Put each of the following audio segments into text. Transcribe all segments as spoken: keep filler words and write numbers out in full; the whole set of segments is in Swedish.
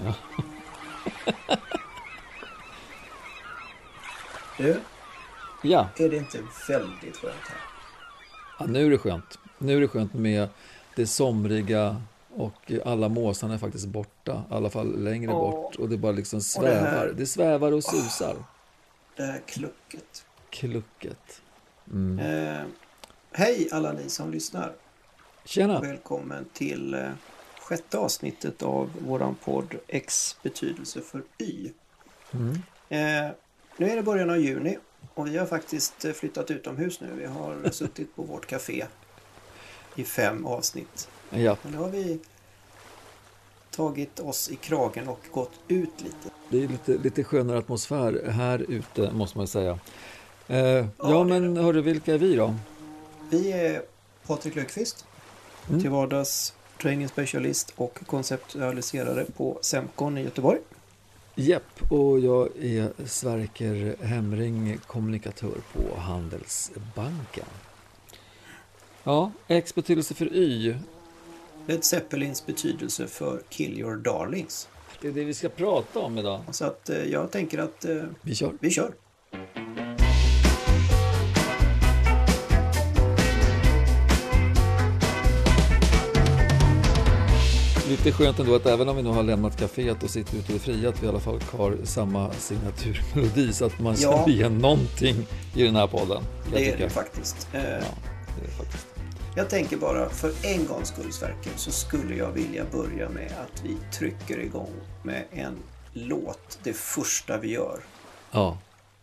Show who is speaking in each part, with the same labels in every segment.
Speaker 1: Ja.
Speaker 2: Du,
Speaker 1: Ja.
Speaker 2: är det inte väldigt skönt här?
Speaker 1: Ja, nu är det skönt. Nu är det skönt med det somriga och alla måsarna är faktiskt borta. I alla fall längre
Speaker 2: Åh.
Speaker 1: bort. Och det bara liksom
Speaker 2: det
Speaker 1: svävar.
Speaker 2: här-
Speaker 1: Det svävar och susar.
Speaker 2: Det här klucket.
Speaker 1: Klucket. Mm.
Speaker 2: Eh, hej alla ni som lyssnar.
Speaker 1: Tjena.
Speaker 2: Välkommen till eh, sjätte avsnittet av våran podd X betydelse för Y.
Speaker 1: Mm.
Speaker 2: Eh, nu är det början av juni och vi har faktiskt eh, flyttat utomhus nu. Vi har suttit på vårt café i fem avsnitt.
Speaker 1: Ja,
Speaker 2: Men nu har vi tagit oss i kragen och gått ut lite.
Speaker 1: det är lite, lite skönare atmosfär här ute, måste man säga. Eh, ja,
Speaker 2: det är
Speaker 1: men hörru, vilka är vi då?
Speaker 2: Vi är Patrik Löfqvist,
Speaker 1: Mm.
Speaker 2: till vardags training specialist och konceptualiserare på Semcon i Göteborg.
Speaker 1: Jepp, och jag är Sverker Hemring, kommunikatör på Handelsbanken. Ja, X betydelse för Y.
Speaker 2: Led Zeppelins betydelse för Kill Your Darlings.
Speaker 1: Det är det vi ska prata om idag.
Speaker 2: Så att eh, jag tänker att eh,
Speaker 1: Vi kör.
Speaker 2: vi kör.
Speaker 1: Lite skönt ändå att även om vi nu har lämnat kaféet och sitter ute i det fria, att vi i alla fall har samma signaturmelodi så att man
Speaker 2: Ja.
Speaker 1: känner igen någonting i den här podden. Jag
Speaker 2: Det är
Speaker 1: tycker.
Speaker 2: det faktiskt. Eh,
Speaker 1: Ja, det är faktiskt.
Speaker 2: Jag tänker bara för en gångs skull, Sverker, så skulle jag vilja börja med att vi trycker igång med en låt, det första vi gör.
Speaker 1: Ja.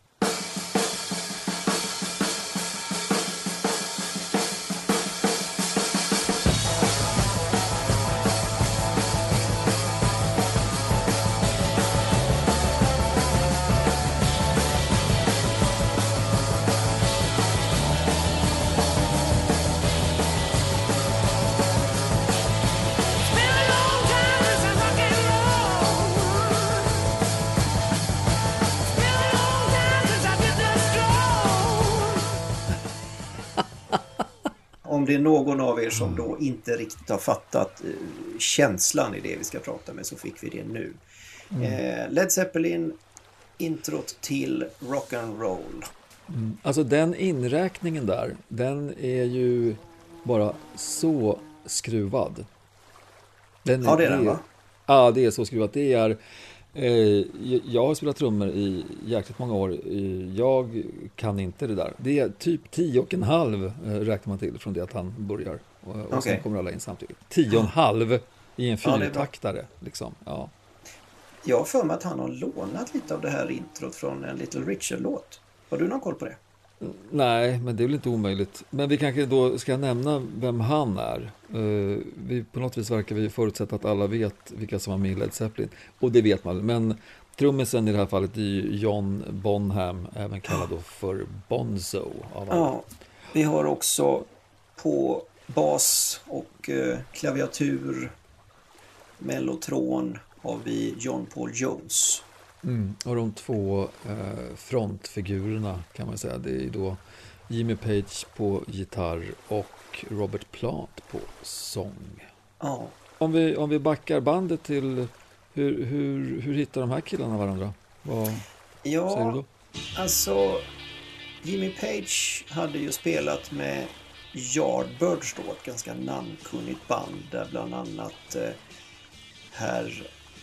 Speaker 2: Om det är någon av er som då inte riktigt har fattat eh, känslan i det vi ska prata med, så fick vi det nu. Eh, Led Zeppelin, introt till rock'n'roll.
Speaker 1: Mm. Alltså den inräkningen där, den är ju bara så skruvad. Den
Speaker 2: Ja, det är den, va?
Speaker 1: Ja, det är så skruvat. Det är, eh, jag har spelat trummor i jäkligt många år. Eh, Jag kan inte det där. Det är typ tio och en halv eh, räknar man till från det att han börjar. Och, och
Speaker 2: Okej.
Speaker 1: sen kommer alla in samtidigt. Tio och en halv i en
Speaker 2: Ja, det är bra.
Speaker 1: fyrtaktare. Liksom. Ja.
Speaker 2: Jag har för mig att han har lånat lite av det här introt från en Little Richard-låt. Har du någon koll på det?
Speaker 1: Nej, men det är väl inte omöjligt. Men vi kanske då ska nämna vem han är. Uh, vi, på något vis verkar vi förutsätta att alla vet vilka som var med i Led Zeppelin. Och det vet man. Men trummisen i det här fallet är ju John Bonham, även kallad då för Bonzo. Av alla.
Speaker 2: Ja, vi har också på bas och eh, klaviatur, mellotron har vi John Paul Jones.
Speaker 1: Mm. Och de två eh, frontfigurerna kan man säga. Det är ju då Jimmy Page på gitarr och Robert Plant på sång.
Speaker 2: Ja,
Speaker 1: Om vi, om vi backar bandet till hur, hur, hur hittar de här killarna varandra? Vad säger du
Speaker 2: ja
Speaker 1: då?
Speaker 2: alltså Jimmy Page hade ju spelat med Yardbirds då, ett ganska namnkunnigt band där bland annat eh, herr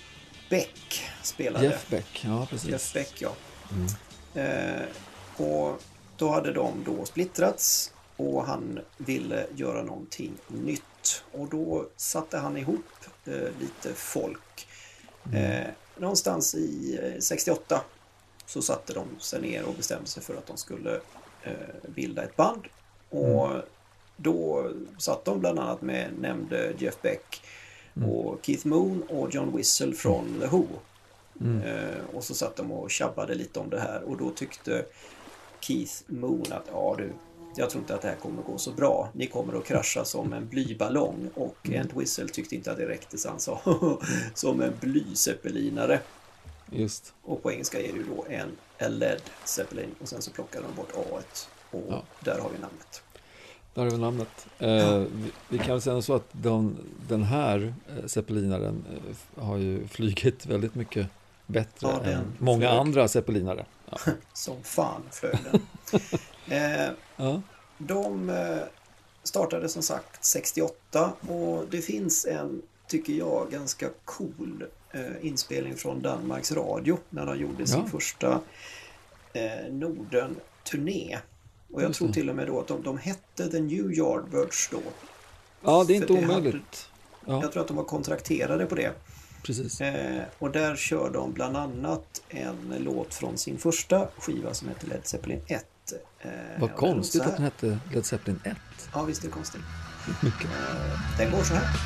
Speaker 2: Beck spelade.
Speaker 1: Jeff Beck, ja precis.
Speaker 2: Jeff Beck, ja.
Speaker 1: Mm.
Speaker 2: Eh, och då hade de då splittrats och han ville göra någonting nytt. Och då satte han ihop eh, lite folk. Eh, någonstans i eh, sextioåtta så satte de sig ner och bestämde sig för att de skulle eh, bilda ett band. Och
Speaker 1: Mm.
Speaker 2: då satt de bland annat med nämnde Jeff Beck och Keith Moon och John Whistle från The Who.
Speaker 1: Mm.
Speaker 2: Eh, och så satt de och tjabbade lite om det här. Och då tyckte Keith Moon att ja du, jag tror inte att det här kommer gå så bra. Ni kommer att krascha som en blyballong. Och
Speaker 1: Mm.
Speaker 2: Ent Whistle tyckte inte att det räckte, så han sa som en blyseppelinare.
Speaker 1: Just.
Speaker 2: Och på engelska är det ju då en a Led Zeppelin. Och sen så plockade de bort A och
Speaker 1: Ja.
Speaker 2: där har vi namnet.
Speaker 1: där är väl namnet. Eh, vi, vi kan väl säga så att de, den här eh, zeppelinaren eh, har ju flygit väldigt mycket bättre
Speaker 2: Ja,
Speaker 1: än många
Speaker 2: flög.
Speaker 1: andra zeppelinare. Ja.
Speaker 2: Som fan flög den. eh,
Speaker 1: Ja.
Speaker 2: de eh, startade som sagt sextioåtta och det finns en, tycker jag, ganska cool eh, inspelning från Danmarks Radio när de gjorde sin
Speaker 1: Ja.
Speaker 2: första eh, Norden-turné. Och jag
Speaker 1: Just
Speaker 2: tror
Speaker 1: det.
Speaker 2: till och med då att de, de hette The New Yardbirds då.
Speaker 1: ja, det är inte
Speaker 2: För det
Speaker 1: omöjligt. Ja,
Speaker 2: Jag tror att de var kontrakterade på det.
Speaker 1: precis.
Speaker 2: Eh, och där kör de bland annat en låt från sin första skiva som heter Led Zeppelin ett. Eh,
Speaker 1: Vad
Speaker 2: och
Speaker 1: konstigt
Speaker 2: den
Speaker 1: att den hette Led Zeppelin ett.
Speaker 2: Ja, visst är det konstigt.
Speaker 1: Mycket.
Speaker 2: Eh, den går så här.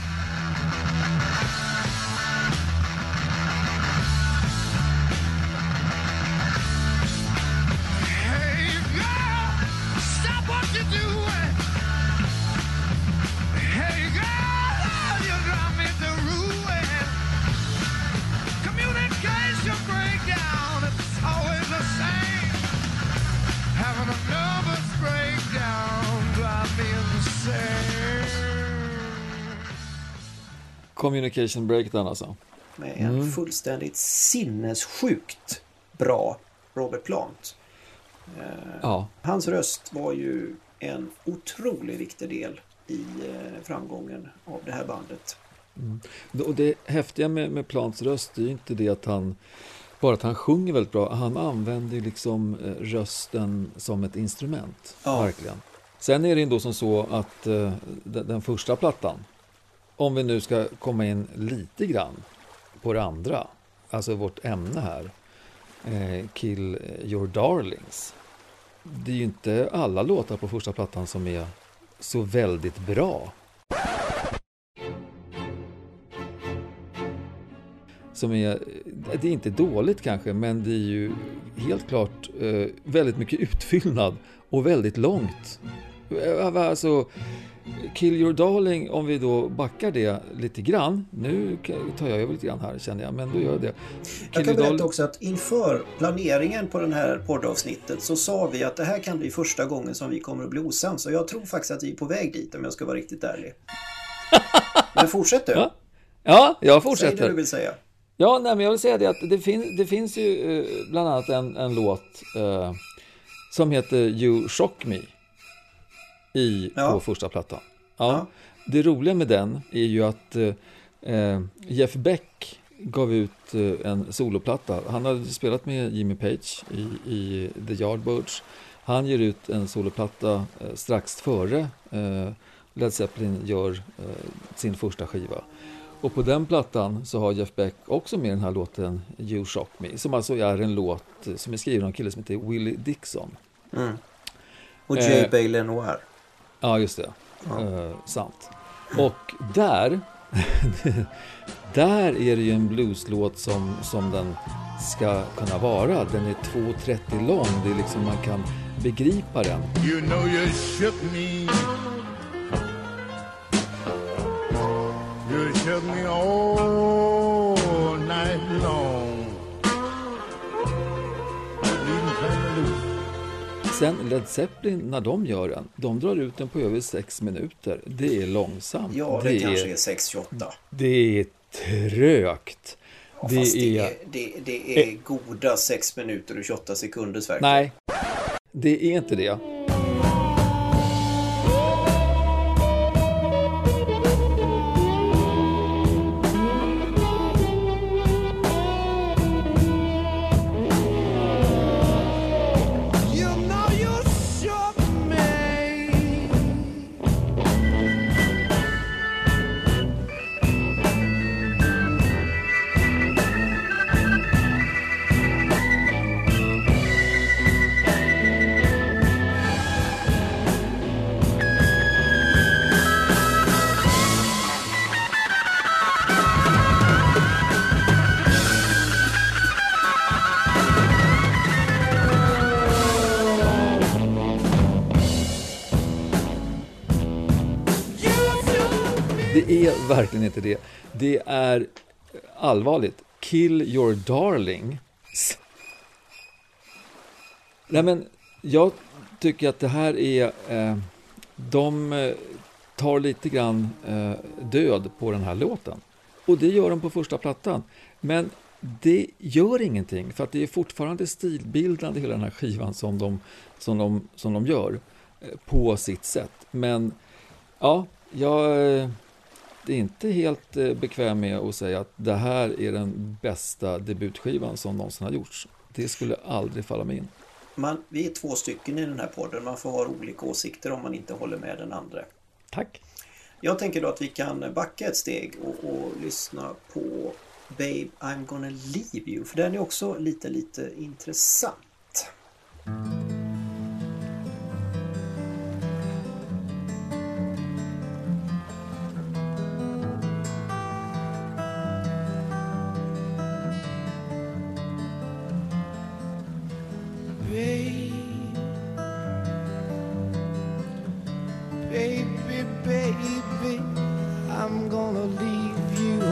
Speaker 3: Hey girl, stop what you're doing. Hey girl, you drive me to ruin. Communication breakdown, it's always the same. Having a nervous breakdown drive me insane.
Speaker 1: Communication breakdown alltså.
Speaker 2: Med en
Speaker 1: Mm.
Speaker 2: fullständigt sinnessjukt bra Robert Plant. Eh,
Speaker 1: Ja,
Speaker 2: hans röst var ju en otroligt viktig del i eh, framgången av det här bandet.
Speaker 1: och det häftiga med, med Plants röst är ju inte det att han bara att han sjunger väldigt bra. Han använder ju liksom eh, rösten som ett instrument.
Speaker 2: Ja.
Speaker 1: Verkligen. Sen är det ändå som så att eh, den, den första plattan, om vi nu ska komma in lite grann på det andra, alltså vårt ämne här, eh, Kill Your Darlings. Det är ju inte alla låtar på första plattan som är så väldigt bra. Som är, det är inte dåligt kanske, men det är ju helt klart eh, väldigt mycket utfyllnad och väldigt långt. Eh, Alltså, Kill Your Darling, om vi då backar det lite grann, nu tar jag över lite grann här känner jag, men då gör jag det. Kill
Speaker 2: Jag kan
Speaker 1: Your
Speaker 2: berätta
Speaker 1: Darling-
Speaker 2: också att inför planeringen på den här poddavsnittet så sa vi att det här kan bli första gången som vi kommer att bli osams. Och jag tror faktiskt att vi är på väg dit om jag ska vara riktigt ärlig. Men fortsätt du.
Speaker 1: Ja, ja, jag
Speaker 2: Säg det
Speaker 1: fortsätter.
Speaker 2: du vill säga.
Speaker 1: Ja, nej, men jag vill säga det att det, fin- det finns ju eh, bland annat en, en låt eh, som heter You Shock Me i,
Speaker 2: Ja.
Speaker 1: på första plattan. Ja.
Speaker 2: Ja.
Speaker 1: Det roliga med den är ju att eh, Jeff Beck gav ut eh, en soloplatta. Han hade spelat med Jimmy Page i, i The Yardbirds. Han ger ut en soloplatta eh, strax före eh, Led Zeppelin gör eh, sin första skiva. Och på den plattan så har Jeff Beck också med den här låten You Shock Me, som alltså är en låt som är skriven av en kille som heter Willie Dixon.
Speaker 2: Mm. Och
Speaker 1: Eh.
Speaker 2: J. Bay Lenoir.
Speaker 1: Ja, just det.
Speaker 2: Ja.
Speaker 1: Eh, sant. Och där där är det ju en blueslåt som, som den ska kunna vara. Den är två trettio lång. Det är liksom man kan begripa den.
Speaker 3: You know you shook me. You shook me all night long. Leaving plenty loose.
Speaker 1: Sen Led Zeppelin, när de gör den, de drar ut den på över sex minuter. Det är långsamt.
Speaker 2: Ja, det,
Speaker 1: det
Speaker 2: kanske
Speaker 1: är,
Speaker 2: är sex tjugoåtta.
Speaker 1: det är trögt.
Speaker 2: Ja,
Speaker 1: det
Speaker 2: fast det
Speaker 1: är...
Speaker 2: är, det, det är goda sex minuter och tjugoåtta sekunder verkligen.
Speaker 1: Nej, det är inte det.
Speaker 3: You know you shook me.
Speaker 1: Det är verkligen inte det. Det är allvarligt. Kill Your Darling. Nej, men jag tycker att det här är eh, de eh, tar lite grann eh, död på den här låten. Och det gör de på första plattan. Men det gör ingenting, för att det är fortfarande stilbildande hela den här skivan som de, som de, som de gör eh, på sitt sätt. Men ja, jag eh, det är inte helt eh, bekväm med att säga att det här är den bästa debutskivan som någonsin har gjorts. Det skulle aldrig falla mig in.
Speaker 2: Man, vi är två stycken i den här podden. Man får ha olika åsikter om man inte håller med den andra.
Speaker 1: Tack.
Speaker 2: Jag tänker då att vi kan backa ett steg och, och lyssna på Babe, I'm gonna leave you. För den är också lite, lite intressant.
Speaker 3: Baby, baby, I'm gonna leave you.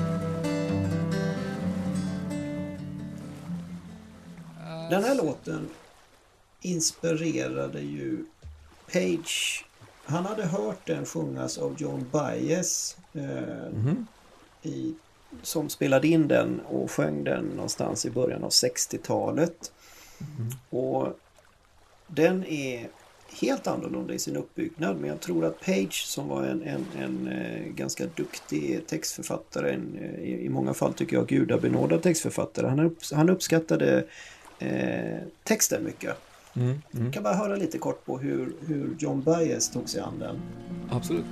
Speaker 2: Den här låten inspirerade ju Page. Han hade hört den sjungas av John Baez eh, mm-hmm. i, som spelade in den och sjöng den någonstans i början av sextiotalet. Mm-hmm. Och den är helt annorlunda i sin uppbyggnad, men jag tror att Page, som var en, en, en, en ganska duktig textförfattare, en, i, i många fall tycker jag gudabenådad textförfattare, han, upp, han uppskattade eh, texten mycket. Mm, mm. Kan bara höra lite kort på hur, hur John Baez tog sig an den.
Speaker 1: Absolut.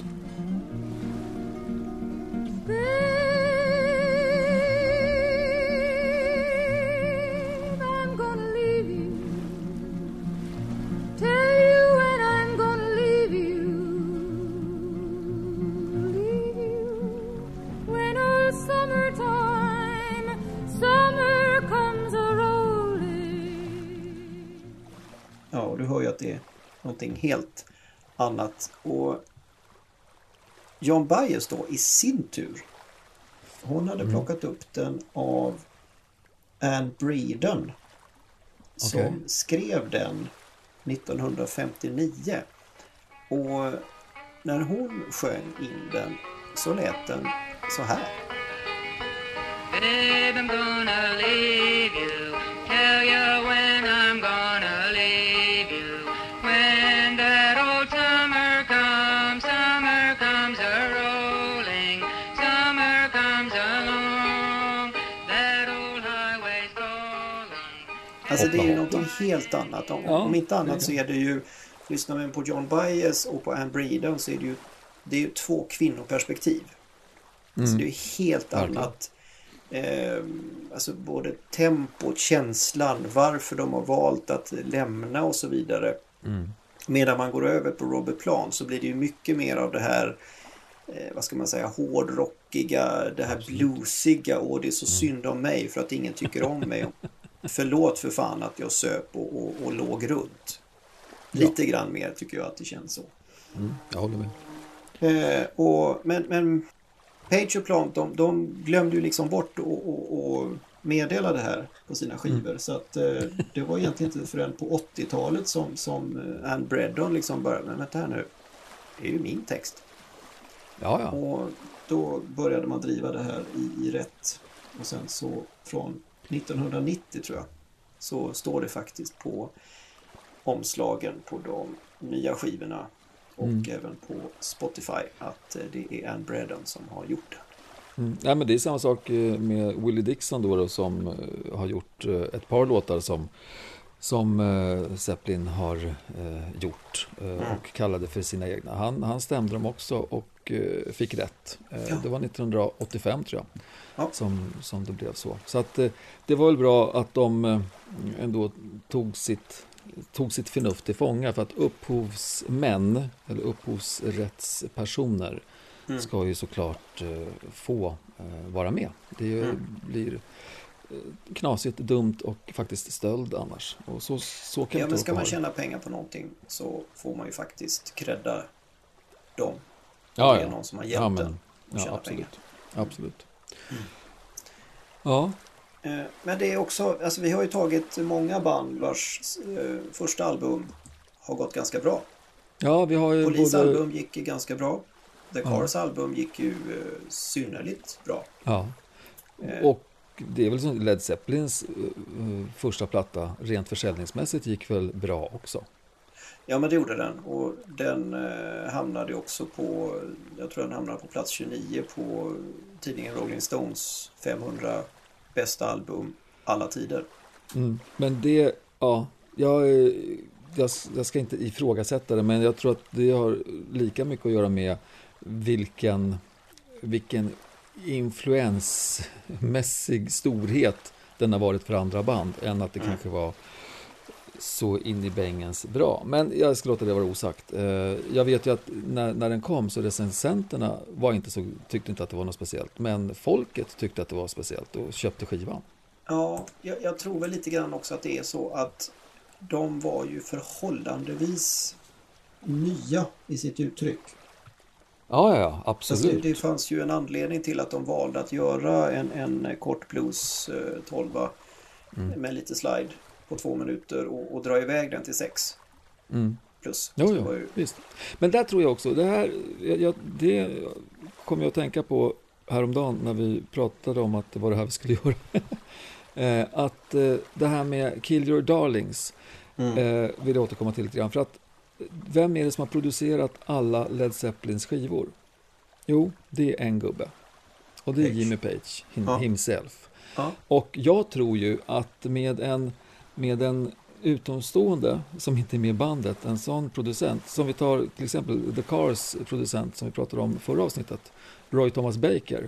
Speaker 2: Du hör ju att det är någonting helt annat. Och John Baez då i sin tur, hon hade mm. plockat upp den av Anne Bredon som okay. skrev den nittonhundrafemtionio. Och när hon sjöng in den så lät den så här. Babe, I'm gonna leave you. Tell you when I'm gonna leave you. When that old summer comes, summer comes a-rolling, summer comes along, that old highway's calling. Alltså det är ju någonting helt annat. Om, ja, om inte annat så är det ju, lyssnar man på John Baez och på Anne Bredon så är det ju, det är ju två kvinnoperspektiv. Mm. Så det är ju helt Verkligen. annat. Eh, alltså både tempot, känslan, varför de har valt att lämna och så vidare. Mm. Medan man går över på Robert Plant så blir det ju mycket mer av det här eh, vad ska man säga, hårdrockiga, det här bluesiga, och det är så mm. synd om mig för att ingen tycker om mig. Förlåt för fan att jag söp och, och, och låg runt. Lite ja. grann mer tycker jag att det känns så.
Speaker 1: Mm, jag håller med.
Speaker 2: Eh, och, men, men Page och Plant, de, de glömde ju liksom bort och, och, och meddela det här på sina skivor. Mm. Så att eh, det var egentligen inte förrän på åttiotalet som, som Anne Bredon liksom började, men vänta här nu, det är ju min text.
Speaker 1: Ja, ja.
Speaker 2: Och då började man driva det här i, i rätt. Och sen så från nittonhundranittio tror jag, så står det faktiskt på omslagen på de nya skivorna och mm. även på Spotify att det är Anne Bredon som har gjort det.
Speaker 1: Mm. Ja, men det är samma sak med Willie Dixon då, då som har gjort ett par låtar som, som uh, Zeppelin har uh, gjort uh, mm. och kallade för sina egna. Han, han stämde dem också och uh, fick rätt. Uh, ja. Det var nittonhundraåttiofem tror jag ja. som, som det blev så. Så att, uh, det var väl bra att de uh, ändå tog sitt tog sitt förnuft till fånga, för att upphovsmän eller upphovsrättspersoner mm. ska ju såklart uh, få uh, vara med. Det ju, mm. blir uh, knasigt, dumt och faktiskt stöld annars. Och så, så kan
Speaker 2: ja, men ska man tjäna pengar på någonting så får man ju faktiskt credda dem.
Speaker 1: Ja,
Speaker 2: det är
Speaker 1: ja.
Speaker 2: någon som har hjälpt
Speaker 1: ja,
Speaker 2: den att
Speaker 1: ja,
Speaker 2: tjäna
Speaker 1: absolut.
Speaker 2: pengar.
Speaker 1: Absolut.
Speaker 2: Mm.
Speaker 1: Ja.
Speaker 2: Men det är också, alltså vi har ju tagit många band vars eh, första album har gått ganska bra.
Speaker 1: Ja, vi har ju
Speaker 2: Police
Speaker 1: både...
Speaker 2: album gick ju ganska bra. The Cars
Speaker 1: Ja.
Speaker 2: album gick ju uh, synnerligt bra.
Speaker 1: Ja.
Speaker 2: Eh.
Speaker 1: Och det är väl som Led Zeppelins uh, första platta rent försäljningsmässigt gick väl bra också.
Speaker 2: Ja, men det gjorde den. Och den eh, hamnade också på, jag tror den hamnade på plats tjugonio på tidningen Rolling Stones femhundra bästa album alla tider.
Speaker 1: Mm. Men det, ja, jag, jag, jag ska inte ifrågasätta det, men jag tror att det har lika mycket att göra med vilken, vilken influensmässig storhet den har varit för andra band, än att det mm. kanske var så in i bängens bra. Men jag ska låta det vara osagt. Jag vet ju att när, när den kom så recensenterna var inte så, tyckte inte att det var något speciellt. Men folket tyckte att det var speciellt och köpte skivan.
Speaker 2: Ja, jag, jag tror väl lite grann också att det är så att de var ju förhållandevis nya i sitt uttryck.
Speaker 1: Ja, ja, absolut.
Speaker 2: Alltså det, det fanns ju en anledning till att de valde att göra en, en kort blues eh, tolva mm. med lite slide på två minuter och, och dra iväg den till sex.
Speaker 1: Mm.
Speaker 2: Plus.
Speaker 1: Jo, jo,
Speaker 2: ju...
Speaker 1: visst. Men där tror jag också, det här jag, det kommer jag att tänka på häromdagen när vi pratade om att det var det här vi skulle göra. eh, att eh, det här med Kill Your Darlings mm. eh, vill jag återkomma till lite grann. För att vem är det som har producerat alla Led Zeppelins skivor? Jo, det är en gubbe. Och det är Jimmy Page him, ja. himself.
Speaker 2: Ja.
Speaker 1: Och jag tror ju att med en, med en utomstående som inte är med i bandet, en sån producent, som vi tar till exempel The Cars producent som vi pratade om förra avsnittet, Roy Thomas Baker.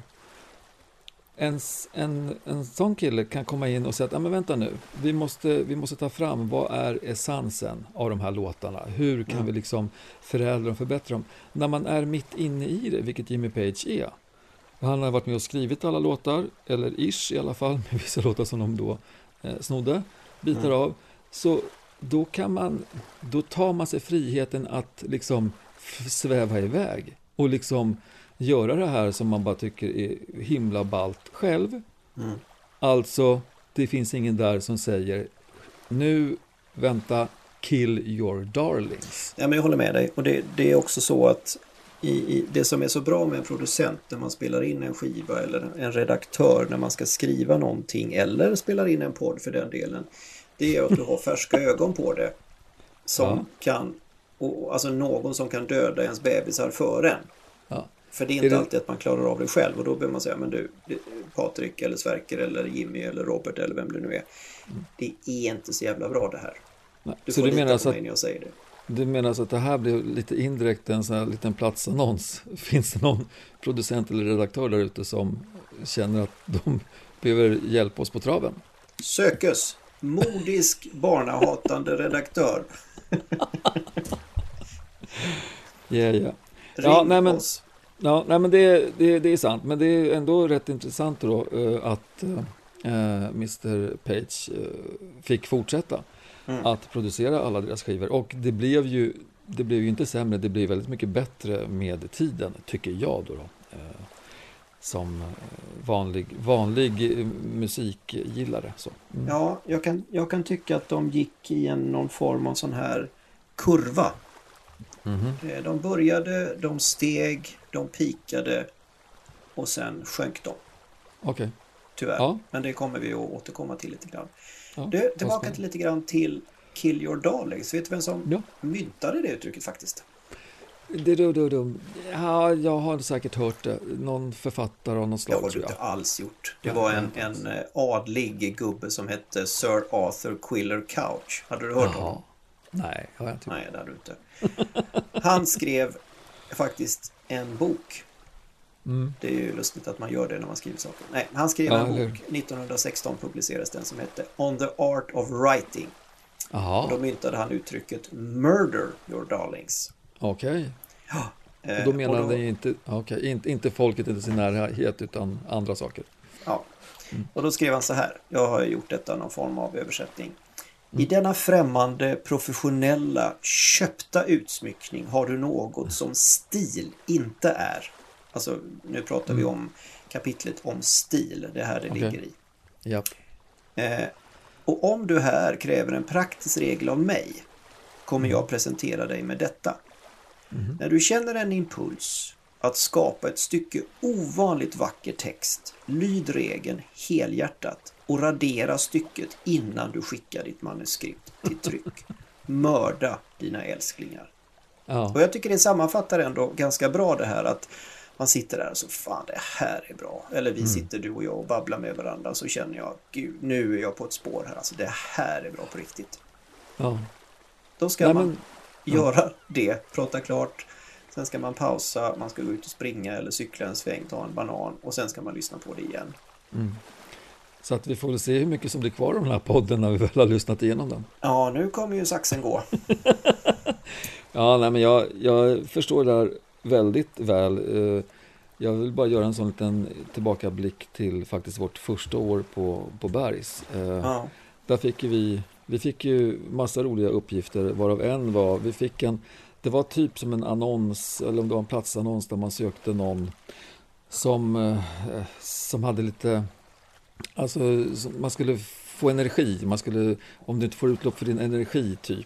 Speaker 1: En, en, en sån kille kan komma in och säga att ah, men vänta nu, vi måste, vi måste ta fram vad är essensen av de här låtarna. Hur kan mm. vi liksom förädla och förbättra dem? När man är mitt inne i det, vilket Jimmy Page är. Han har varit med och skrivit alla låtar, eller ish i alla fall, med vissa låtar som de då eh, snodde bitar mm. av. Så då kan man, då tar man sig friheten att liksom sväva iväg och liksom göra det här som man bara tycker är himla ballt själv. Mm. Alltså, det finns ingen där som säger nu, vänta, kill your darlings.
Speaker 2: Ja, men jag håller med dig. Och det, det är också så att i, i, det som är så bra med en producent när man spelar in en skiva eller en redaktör när man ska skriva någonting eller spelar in en podd för den delen, det är att du har färska ögon på det som ja. kan, och, alltså någon som kan döda ens bebisar för en. Ja. För det är inte är det... alltid att man klarar av det själv och då behöver man säga, men du, Patrik eller Sverker eller Jimmy eller Robert eller vem det nu är, mm. det är inte så jävla bra det här.
Speaker 1: Nej.
Speaker 2: Du
Speaker 1: så
Speaker 2: får
Speaker 1: du menar
Speaker 2: lita på
Speaker 1: att,
Speaker 2: mig när jag säger det.
Speaker 1: Du menar alltså att det här blir lite indirekt en sån här liten platsannons? Finns det någon producent eller redaktör där ute som känner att de behöver hjälpa oss på traven?
Speaker 2: Sökes! Modisk, barnahatande redaktör.
Speaker 1: yeah, yeah.
Speaker 2: Ring
Speaker 1: ja, nej, men,
Speaker 2: oss.
Speaker 1: Ja, nej, men det, det, det är sant. Men det är ändå rätt intressant då, uh, att uh, mister Page uh, fick fortsätta mm. att producera alla deras skivor. Och det blev ju det blev ju inte sämre, det blev väldigt mycket bättre med tiden, tycker jag då. då. Uh, som vanlig, vanlig musikgillare. Så. Mm.
Speaker 2: Ja, jag kan, jag kan tycka att de gick i en, någon form av sån här kurva. Mm-hmm. De började, de steg, de pikade och sen sjönk de.
Speaker 1: Okej. Okay.
Speaker 2: Tyvärr.
Speaker 1: Ja.
Speaker 2: Men det kommer vi att återkomma till lite grann.
Speaker 1: Ja,
Speaker 2: du, tillbaka till lite grann till Kill Your Darlings. Vet du vem som
Speaker 1: ja.
Speaker 2: myntade det uttrycket faktiskt?
Speaker 1: Det, det, det, det. Ja, jag har säkert hört det. Någon författare av något slag.
Speaker 2: Det har du inte alls gjort. Det var en, en adlig gubbe som hette Sir Arthur Quiller Couch. Hade du hört
Speaker 1: Jaha.
Speaker 2: honom?
Speaker 1: Nej, har jag inte.
Speaker 2: Nej, det hade du inte. Han skrev faktiskt en bok. Mm. Det är ju lustigt att man gör det när man skriver saker. Nej, han skrev ja, en eller... bok. nittonhundrasexton publicerades den som hette On the Art of Writing.
Speaker 1: Aha.
Speaker 2: Och då myntade han uttrycket Murder Your Darlings.
Speaker 1: Okej. Okay.
Speaker 2: Ja.
Speaker 1: Och då menar han inte, okay, inte, inte folket i sin närhet utan andra saker.
Speaker 2: Ja. Mm. Och då skrev han så här. Jag har gjort detta någon form av översättning. I denna främmande, professionella, köpta utsmyckning har du något som stil inte är. Alltså, nu pratar mm. vi om kapitlet om stil. Det här det okay. ligger i.
Speaker 1: Yep.
Speaker 2: Eh, och om du här kräver en praktisk regel av mig kommer jag presentera dig med detta. Mm. När du känner en impuls att skapa ett stycke ovanligt vacker text, lyd regeln helhjärtat och radera stycket innan du skickar ditt manuskript till tryck. Mörda dina älsklingar.
Speaker 1: Ja.
Speaker 2: Och jag tycker det sammanfattar ändå ganska bra det här att man sitter där och så fan det här är bra. Eller vi mm. sitter du och jag och babblar med varandra så känner jag gud nu är jag på ett spår här. Alltså det här är bra på riktigt.
Speaker 1: Ja.
Speaker 2: Då ska
Speaker 1: Nej,
Speaker 2: man
Speaker 1: men,
Speaker 2: göra
Speaker 1: ja.
Speaker 2: det, prata klart. Sen ska man pausa, man ska gå ut och springa eller cykla en sväng, ta en banan och sen ska man lyssna på det igen.
Speaker 1: Mm. Så att vi får väl se hur mycket som blir kvar av den här podden när vi väl har lyssnat igenom den.
Speaker 2: Ja, nu kommer ju saxen gå.
Speaker 1: Ja, nej, men jag, jag förstår det där väldigt väl. Jag vill bara göra en sån liten tillbakablick till faktiskt vårt första år på, på Bergs.
Speaker 2: Ja.
Speaker 1: Där fick vi, vi fick ju massa roliga uppgifter, varav en var, vi fick en, det var typ som en annons, eller om det var en platsannons där man sökte någon som, som hade lite, alltså man skulle få energi, man skulle, om du inte får utlopp för din energi typ,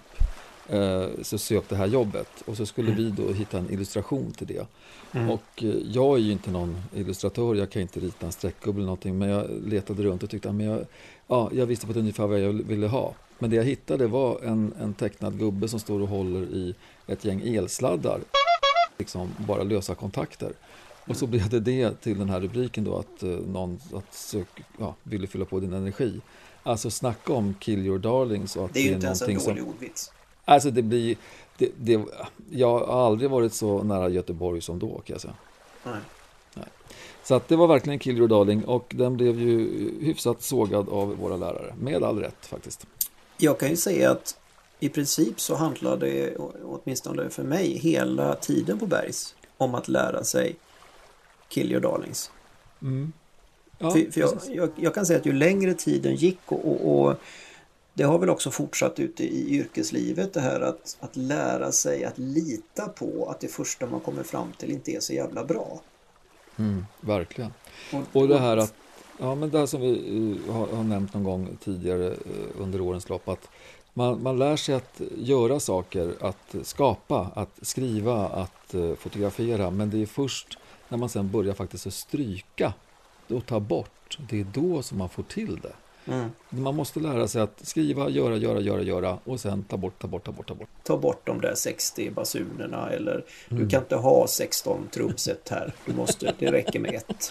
Speaker 1: så sök det här jobbet och så skulle vi då hitta en illustration till det. Mm. Och jag är ju inte någon illustratör, jag kan inte rita en streckgubbe eller någonting, men jag letade runt och tyckte att jag, ja, jag visste på ett ungefär vad jag ville ha. Men det jag hittade var en, en tecknad gubbe som står och håller i ett gäng elsladdar, liksom bara lösa kontakter. Och så blev det det till den här rubriken då, att uh, någon att sök, ja, ville fylla på din energi. Alltså snacka om kill your darlings. Och att
Speaker 2: det är ju
Speaker 1: det är
Speaker 2: inte ens en dålig
Speaker 1: som,
Speaker 2: ordvits.
Speaker 1: Alltså det blir, det, det, jag har aldrig varit så nära Göteborg som då, kan jag säga.
Speaker 2: Nej.
Speaker 1: Nej. Så att det var verkligen kill your darling och den blev ju hyfsat sågad av våra lärare. Med all rätt faktiskt.
Speaker 2: Jag kan ju säga att i princip så handlar det, åtminstone för mig, hela tiden på Bergs om att lära sig kill your darlings.
Speaker 1: Mm. Ja,
Speaker 2: för, för jag, jag, jag kan säga att ju längre tiden gick och, och, och det har väl också fortsatt ute i yrkeslivet det här att, att lära sig att lita på att det första man kommer fram till inte är så jävla bra.
Speaker 1: Mm, verkligen.
Speaker 2: Och,
Speaker 1: och det här att, ja men det här som vi uh, har, har nämnt någon gång tidigare uh, under årens lopp, att man, man lär sig att göra saker, att skapa, att skriva, att uh, fotografera, men det är först när man sen börjar faktiskt att stryka och ta bort, det är då som man får till det. Mm. Man måste lära sig att skriva, göra, göra, göra, göra och sen ta bort, ta bort, ta bort, ta bort.
Speaker 2: Ta bort de där sextio basunerna eller
Speaker 1: mm.
Speaker 2: du kan inte ha sexton trumset här. Du måste, det räcker med ett.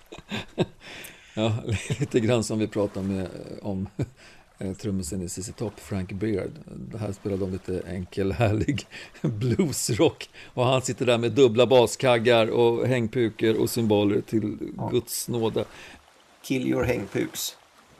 Speaker 1: Ja, lite grann som vi pratade med om trummisen i C C Top, Frank Beard. Det här spelade de lite enkel, härlig bluesrock och han sitter där med dubbla baskaggar och hängpuker och symboler till ja. Guds nåde.
Speaker 2: Kill your hängpuks.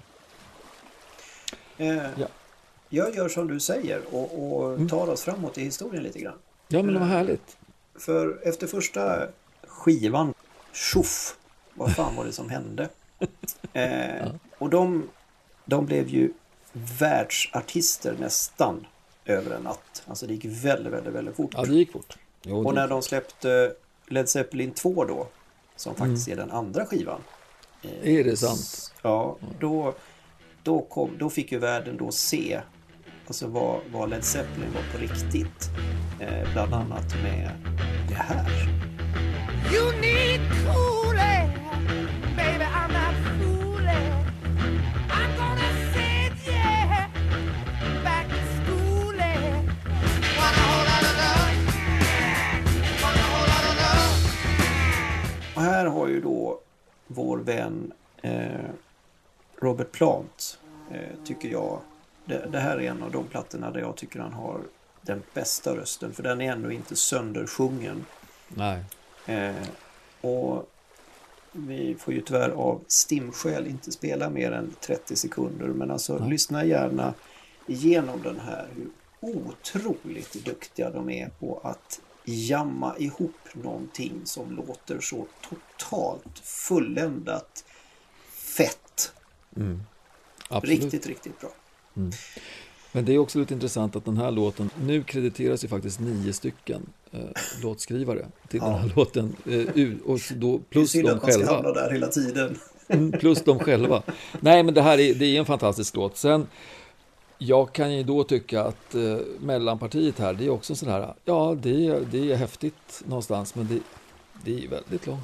Speaker 2: Eh, ja. Jag gör som du säger och, och mm. tar oss framåt i historien lite grann.
Speaker 1: Ja, men det var härligt.
Speaker 2: För efter första skivan, tjoff, vad fan var det som hände? Eh, ja. Och de, de blev ju världsartister nästan över en natt. Alltså det gick väldigt, väldigt, väldigt fort.
Speaker 1: Ja, det gick fort. Jo,
Speaker 2: och när de släppte Led Zeppelin två då, som faktiskt mm. är den andra skivan.
Speaker 1: Eh, är det sant?
Speaker 2: Ja, då... Då, kom, då fick ju världen då se alltså vad, vad Led Zeppelin var på riktigt. Eh, bland annat med det här. You need cool air, baby, I'm not fooling. I'm gonna send you back to school. Wanna hold out of love. Wanna hold out of love. Och här har ju då vår vän eh, Robert Plant, eh, tycker jag. Det, det här är en av de plattorna där jag tycker han har den bästa rösten. För den är ändå inte söndersjungen.
Speaker 1: Nej.
Speaker 2: Eh, och vi får ju tyvärr av stimskäl inte spela mer än trettio sekunder. Men alltså Nej. lyssna gärna igenom den här. Hur otroligt duktiga de är på att jamma ihop någonting som låter så totalt fulländat fett.
Speaker 1: Mm.
Speaker 2: Riktigt, riktigt bra.
Speaker 1: Mm. Men det är också lite intressant att den här låten, nu krediteras ju faktiskt nio stycken eh, låtskrivare till ja. den här låten. Eh, och då, plus de
Speaker 2: att
Speaker 1: själva.
Speaker 2: Man ska hamna där hela tiden.
Speaker 1: Mm, plus de själva. Nej, men det här är, det är en fantastisk låt. Sen, Jag kan ju då tycka att eh, mellanpartiet här, det är också sådär, ja det är, det är häftigt någonstans, men det, det är väldigt långt.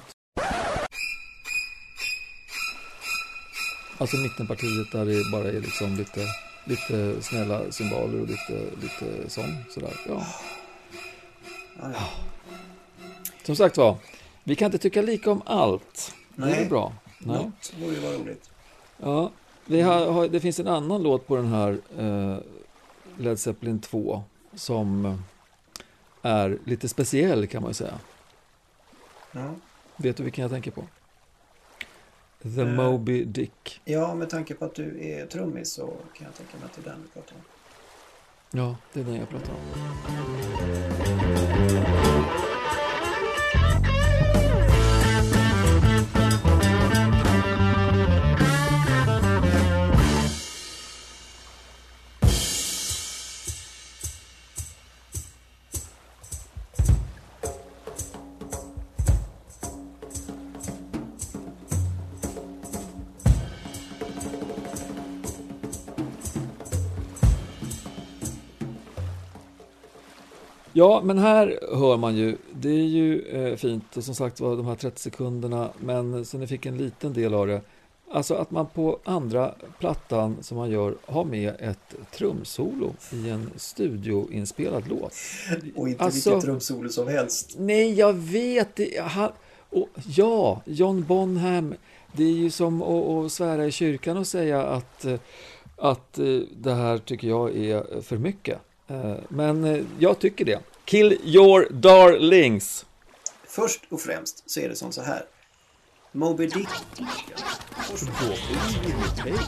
Speaker 1: Alltså mittenpartiet där det bara är liksom lite, lite snälla symboler och lite, lite sån, sådär, ja.
Speaker 2: Ja, ja.
Speaker 1: Som sagt var, vi kan inte tycka lika om allt. Det är
Speaker 2: Nej.
Speaker 1: bra. Nej.
Speaker 2: Något borde ju vara roligt.
Speaker 1: Ja, vi har, har, det finns en annan låt på den här eh, Led Zeppelin två som är lite speciell kan man ju säga.
Speaker 2: Ja.
Speaker 1: Vet du vilken jag tänker på? The
Speaker 2: Eh.
Speaker 1: Moby Dick.
Speaker 2: Ja, med tanke på att du är trummis så kan jag tänka mig att det är den du pratar om.
Speaker 1: Ja, det är den jag pratar om. Ja, men här hör man ju, det är ju eh, fint och som sagt var de här trettio sekunderna, men så ni fick en liten del av det. Alltså att man på andra plattan som man gör har med ett trumsolo i en studioinspelad låt.
Speaker 2: Och inte
Speaker 1: Alltså,
Speaker 2: vilket trumsolo som helst.
Speaker 1: Nej, jag vet det. Han, och, ja, John Bonham, det är ju som att, att svära i kyrkan och säga att, eh, att eh, det här tycker jag är för mycket. Men jag tycker det. Kill your darlings.
Speaker 2: Först och främst så är det som så här. Moby Dick.
Speaker 1: Helt fria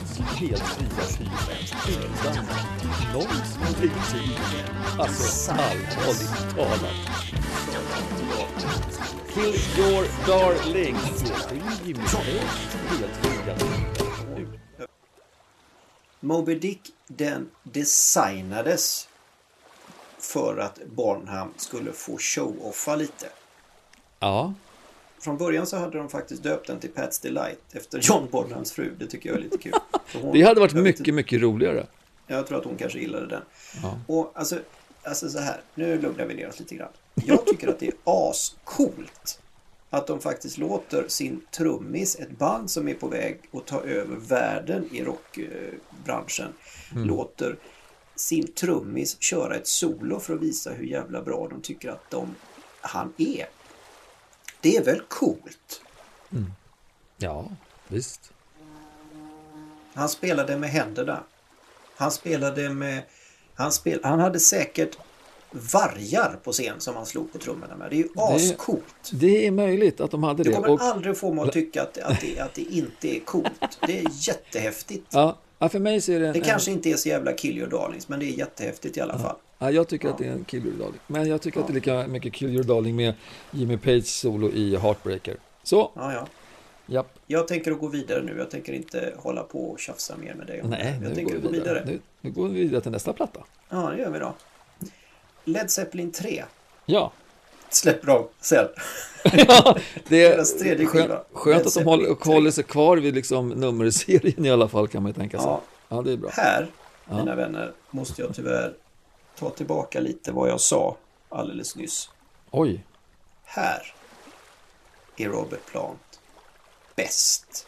Speaker 1: utan någon alltså allvarligt talat. Kill your darlings. Helt fria.
Speaker 2: Moby Dick, den designades för att Bonham skulle få show-offa lite.
Speaker 1: Ja.
Speaker 2: Från början så hade de faktiskt döpt den till Pat's Delight efter John Bonhams fru. Det tycker jag är lite kul. Hon,
Speaker 1: det hade varit mycket,
Speaker 2: inte,
Speaker 1: mycket roligare.
Speaker 2: Jag tror att hon kanske gillade den.
Speaker 1: Ja.
Speaker 2: Och alltså, alltså så här, nu lugnar vi ner oss lite grann. Jag tycker att det är ascoolt att de faktiskt låter sin trummis, ett band som är på väg att ta över världen i rockbranschen, mm. låter sin trummis köra ett solo för att visa hur jävla bra de tycker att de, han är. Det är väl coolt?
Speaker 1: Mm. Ja, visst.
Speaker 2: Han spelade med händerna. Han spelade med... Han, spel, han hade säkert vargar på scen som han slog på trummorna med. Det är ju ascoolt.
Speaker 1: Det är möjligt att de hade det.
Speaker 2: Du kommer
Speaker 1: och...
Speaker 2: aldrig få mig att tycka att, att, det, att det inte är coolt. Det är jättehäftigt.
Speaker 1: Ja, för mig så är det... En,
Speaker 2: det kanske inte är så jävla Kill Your Darlings, men det är jättehäftigt i alla
Speaker 1: ja.
Speaker 2: fall.
Speaker 1: Ja, jag tycker
Speaker 2: ja.
Speaker 1: att det är en Kill Your Darling. Men jag tycker
Speaker 2: ja.
Speaker 1: att det är lika mycket Kill Your Darling med Jimmy Page solo i Heartbreaker. Så.
Speaker 2: Ja, ja.
Speaker 1: Japp.
Speaker 2: Jag tänker att gå vidare nu. Jag tänker inte hålla på och tjafsa mer med dig.
Speaker 1: Nej,
Speaker 2: jag
Speaker 1: nu
Speaker 2: tänker
Speaker 1: går vi
Speaker 2: gå vidare.
Speaker 1: vidare. Nu, nu går vi vidare till nästa platta.
Speaker 2: Ja, det gör vi då. Led Zeppelin tre.
Speaker 1: Ja.
Speaker 2: Släpper de sen.
Speaker 1: Ja, det är
Speaker 2: deras tredje skiva.
Speaker 1: Skönt, skönt att de håller, håller sig kvar vid liksom nummerserien i alla fall, kan man ju tänka sig.
Speaker 2: Ja.
Speaker 1: Ja, det är bra.
Speaker 2: Här,
Speaker 1: ja.
Speaker 2: mina vänner, måste jag tyvärr ta tillbaka lite vad jag sa alldeles nyss.
Speaker 1: Oj.
Speaker 2: Här är Robert Plant bäst.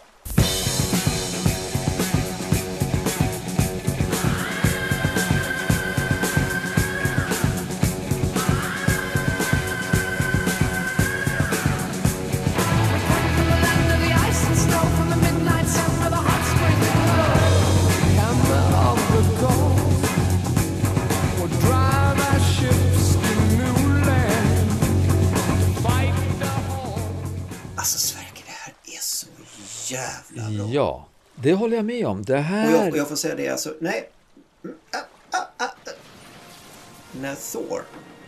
Speaker 2: Jävla bra.
Speaker 1: Ja, det håller jag med om. Det här...
Speaker 2: Och jag, och jag får säga det, alltså, nej. Ah, ah, ah. När Thor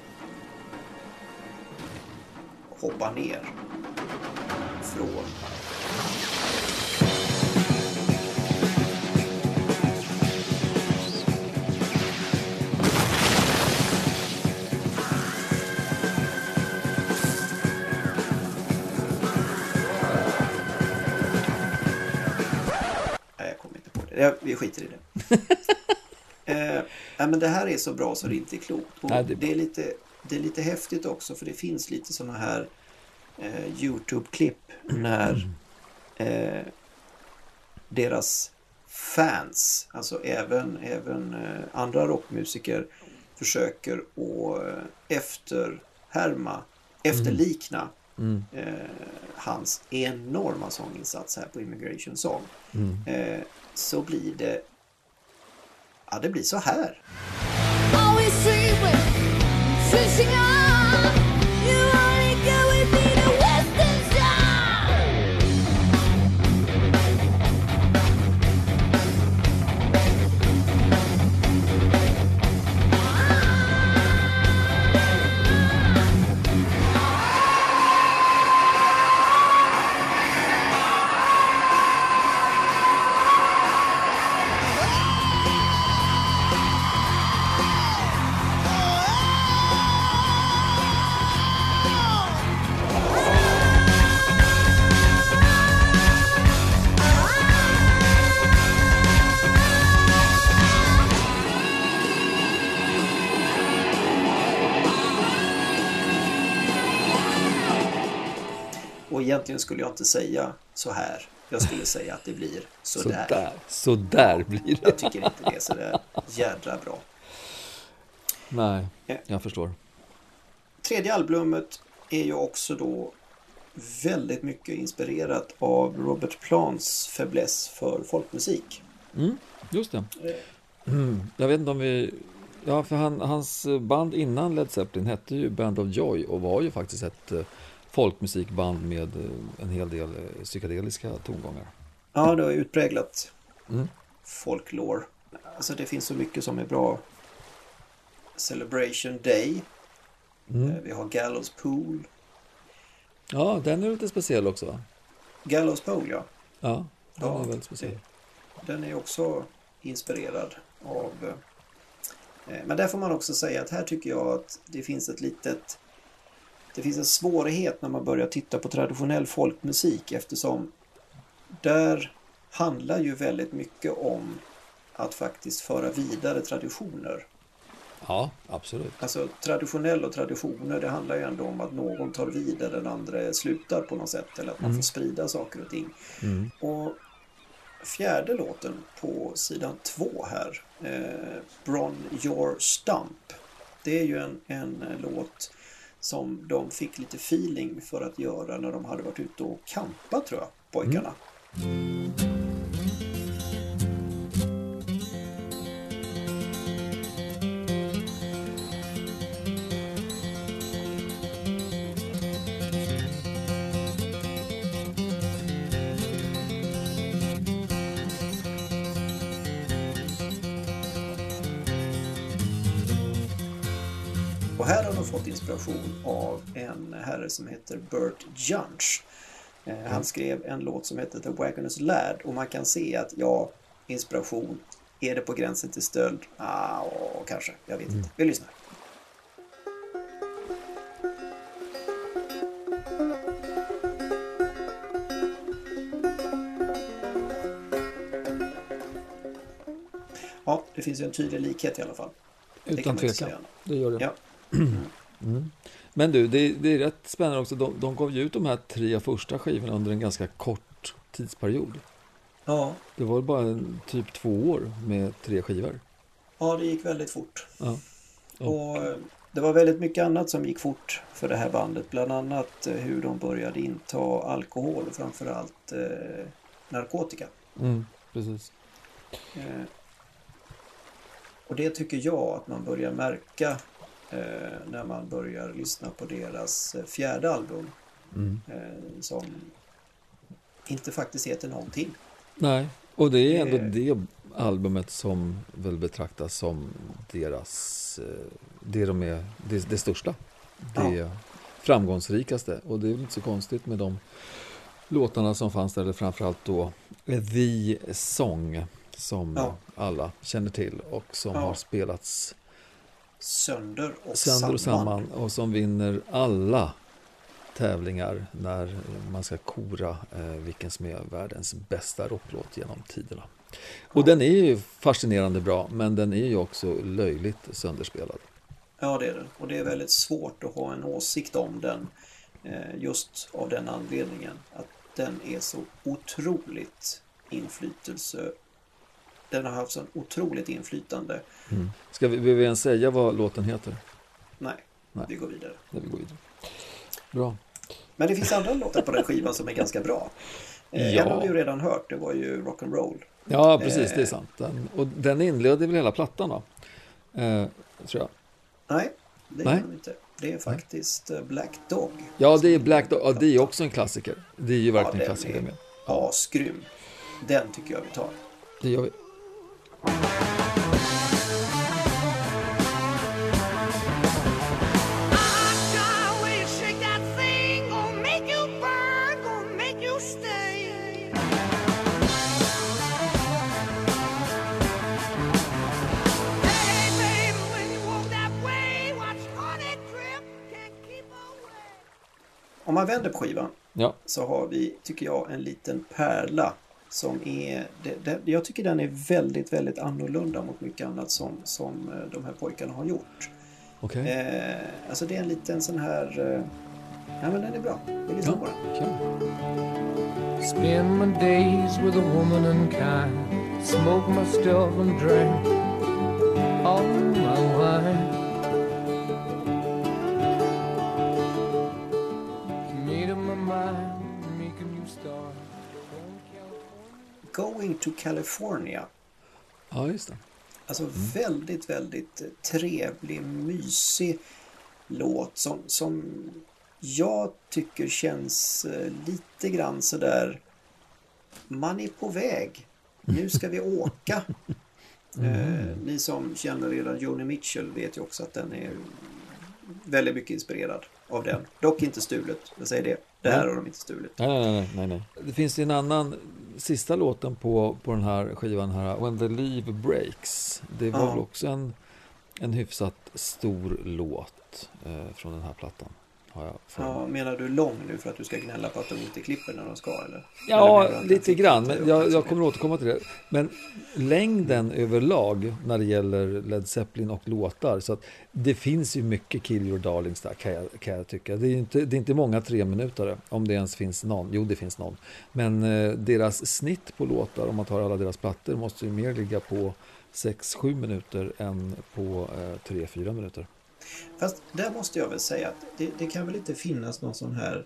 Speaker 2: hoppar ner från Jag, vi skiter i det. eh, Nej, men det här är så bra så det inte är klokt. Och
Speaker 1: Nej, det är
Speaker 2: det, är lite, det är lite häftigt också, för det finns lite såna här eh, YouTube-klipp när eh, deras fans, alltså även, även eh, andra rockmusiker, försöker att eh, efterhärma, efterlikna
Speaker 1: Mm.
Speaker 2: eh, hans enorma sånginsats här på Immigration Song.
Speaker 1: Mm.
Speaker 2: Eh, så blir det ja, det blir så här.
Speaker 4: Always dreaming, switching on. You only go with me to Western Star.
Speaker 2: Och egentligen skulle jag inte säga så här. Jag skulle säga att det blir så,
Speaker 1: Så
Speaker 2: där.
Speaker 1: där, så där blir det.
Speaker 2: Jag tycker inte det är så där jädra bra.
Speaker 1: Nej,
Speaker 2: Ja.
Speaker 1: jag förstår.
Speaker 2: Tredje albumet är ju också då väldigt mycket inspirerat av Robert Plants fäbless för folkmusik.
Speaker 1: Mm, just det. Mm. Jag vet inte om vi... Ja, för han, hans band innan Led Zeppelin hette ju Band of Joy och var ju faktiskt ett eh, folkmusikband med eh, en hel del eh, psykedeliska tongångar.
Speaker 2: Ja, det är utpräglat
Speaker 1: Mm.
Speaker 2: folklore. Alltså det finns så mycket som är bra. Celebration Day.
Speaker 1: Mm.
Speaker 2: Eh, Vi har Gallows Pool.
Speaker 1: Ja, den är lite speciell också, va?
Speaker 2: Gallows Pool, ja.
Speaker 1: Ja, den
Speaker 2: Ja,
Speaker 1: är väldigt speciell.
Speaker 2: Den är också inspirerad av... eh, Men där får man också säga att här tycker jag att det finns ett litet... Det finns en svårighet när man börjar titta på traditionell folkmusik, eftersom där handlar ju väldigt mycket om att faktiskt föra vidare traditioner.
Speaker 1: Ja, absolut.
Speaker 2: Alltså traditionell och traditioner, det handlar ju ändå om att någon tar vid eller den andra slutar på något sätt, eller att man
Speaker 1: Mm.
Speaker 2: får sprida saker och ting.
Speaker 1: Mm.
Speaker 2: Och fjärde låten på sidan två här, eh, Bron Your Stump, det är ju en, en låt som de fick lite feeling för att göra när de hade varit ute och campat, tror jag, pojkarna. Och här har de fått inspiration av en herre som heter Bert Junch. Eh, han skrev en låt som heter The Wagoner's Lad, och man kan se att ja, inspiration, är det på gränsen till stöld? Ah, åh, kanske, jag vet inte. Vi lyssnar. Ja, det finns ju en tydlig likhet i alla fall. Det kan
Speaker 1: Utan
Speaker 2: man inte
Speaker 1: tvekan,
Speaker 2: säga.
Speaker 1: det gör det.
Speaker 2: Ja.
Speaker 1: Mm. Men du, det, det är rätt spännande också. De, de gav ju ut de här tre första skivorna under en ganska kort tidsperiod.
Speaker 2: Ja,
Speaker 1: Det var bara en, typ två år med tre skivor.
Speaker 2: ja, det gick väldigt fort.
Speaker 1: Ja. Ja.
Speaker 2: Och eh, det var väldigt mycket annat som gick fort för det här bandet. Bland annat eh, hur de började inta alkohol och framförallt eh, narkotika.
Speaker 1: Mm, precis.
Speaker 2: Eh, och det tycker jag att man börjar märka eh, när man börjar lyssna på deras eh, fjärde album.
Speaker 1: Mm.
Speaker 2: Eh, som inte faktiskt heter någonting.
Speaker 1: Nej, och det är ändå
Speaker 2: Eh.
Speaker 1: det albumet som väl betraktas som deras, eh, det de är, det, det största, det framgångsrikaste. Och det är väl inte så konstigt med de låtarna som fanns där, eller framförallt då The Song, som
Speaker 2: Ja.
Speaker 1: alla känner till och som
Speaker 2: Ja.
Speaker 1: har spelats
Speaker 2: Sönder och
Speaker 1: sönder och
Speaker 2: samman.
Speaker 1: samman och som vinner alla tävlingar när man ska kora eh, vilken som är världens bästa rocklåt genom tiderna. Och den är ju fascinerande bra, men den är ju också löjligt sönderspelad.
Speaker 2: Ja, det är det. Och det är väldigt svårt att ha en åsikt om den eh, just av den anledningen. Att den är så otroligt inflytelse. Den har haft så otroligt inflytande.
Speaker 1: Mm. Ska vi, vi ens säga vad låten heter?
Speaker 2: Nej,
Speaker 1: Nej.
Speaker 2: vi går vidare.
Speaker 1: Nej, vi går vidare. Bra.
Speaker 2: Men det finns andra låtar på den skivan som är ganska bra. Eh,
Speaker 1: Ja.
Speaker 2: En har vi ju redan hört, det var ju Rock'n'Roll.
Speaker 1: Ja, precis, det är sant. Den, och den inledde väl hela plattan då? Eh, tror jag.
Speaker 2: Nej, det
Speaker 1: Nej.
Speaker 2: är den inte. Det är faktiskt eh, Black Dog.
Speaker 1: Ja, det är Black Dog. Ja, det är också en klassiker. Det är ju verkligen en
Speaker 2: den
Speaker 1: klassiker
Speaker 2: är
Speaker 1: med.
Speaker 2: asgrym. Den tycker jag vi tar.
Speaker 1: Det gör vi.
Speaker 2: Om man vänder på skivan
Speaker 1: Ja.
Speaker 2: så har vi, tycker jag, en liten pärla som är, det, det, jag tycker den är väldigt, väldigt annorlunda mot mycket annat som, som eh, de här pojkarna har gjort.
Speaker 1: Okej.
Speaker 2: Eh, alltså det är en liten sån här, eh, ja men den är bra, vi lyssnar på den.
Speaker 1: Kul.
Speaker 3: Spend my days with a woman unkind. Smoke my stuff and drink all my wine. Made up my mind, make a new start.
Speaker 2: Going to California.
Speaker 1: Ja, just det.
Speaker 2: Alltså väldigt, väldigt trevlig, mysig låt som, som jag tycker känns eh, lite grann sådär, man är på väg. Nu ska vi åka. Eh, ni som känner redan Joni Mitchell vet ju också att den är väldigt mycket inspirerad av den. Dock inte stulet, jag säger det. Det här har de inte stulit.
Speaker 1: Nej, nej, nej, nej, nej. Det finns ju en annan, sista låten på, på den här skivan här, When the Leaf Breaks. Det var
Speaker 2: Ja.
Speaker 1: väl också en, en hyfsat stor låt eh, från den här plattan. Har jag för mig.
Speaker 2: Ja, menar du lång nu för att du ska gnälla på att de inte klipper när de ska, eller?
Speaker 1: Ja,
Speaker 2: eller menar du att den
Speaker 1: lite
Speaker 2: fick
Speaker 1: grann.
Speaker 2: lite
Speaker 1: Men jag, jag
Speaker 2: uppmärksamhet?
Speaker 1: kommer återkomma till det. Men längden överlag när det gäller Led Zeppelin och låtar. Så att det finns ju mycket Kill Your Darlings där, kan jag, kan jag tycka. Det är, inte, det är inte många tre minuter om det ens finns någon. Jo, det finns någon. Men eh, deras snitt på låtar, om man tar alla deras plattor, måste ju mer ligga på sex sju minuter än på eh, tre fyra minuter.
Speaker 2: Fast där måste jag väl säga att det, det kan väl inte finnas någon sån här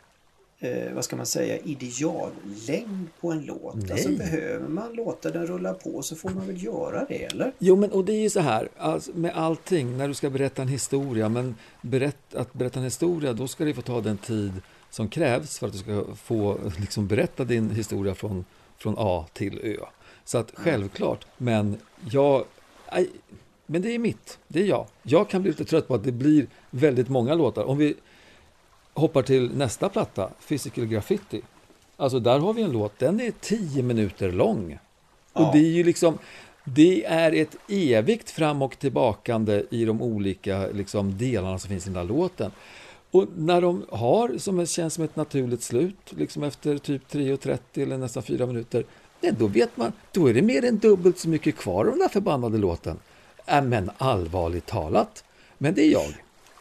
Speaker 2: eh, vad ska man säga, ideallängd på en låt.
Speaker 1: Nej.
Speaker 2: Alltså behöver man låta den rulla på så får man väl göra det, eller?
Speaker 1: Jo, men och det är ju så här, alltså, med allting, när du ska berätta en historia, men berätt, att berätta en historia, då ska det få ta den tid som krävs för att du ska få liksom, berätta din historia från, från A till Ö. Så att självklart, men jag... aj, men det är mitt, det är jag. Jag kan bli lite trött på att det blir väldigt många låtar. Om vi hoppar till nästa platta, Physical Graffiti. Alltså där har vi en låt, den är tio minuter lång.
Speaker 2: Ja.
Speaker 1: Och det är ju liksom, det är ett evigt fram och tillbakande i de olika liksom, delarna som finns i den här låten. Och när de har, som det känns som ett naturligt slut, liksom efter typ tre trettio eller nästan fyra minuter, nej, då vet man, då är det mer än dubbelt så mycket kvar av den här förbannade låten. Äh, men allvarligt talat. Men det är jag.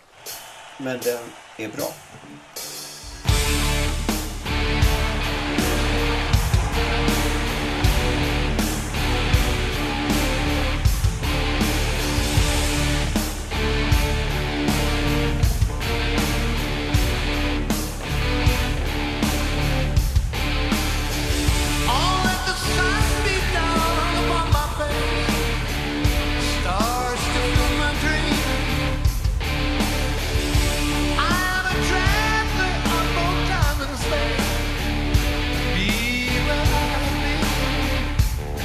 Speaker 2: Men den är bra.
Speaker 5: All let the sun beat down upon my face. Stars to fill my dream. I am a traveler on both time and space. Be where I be.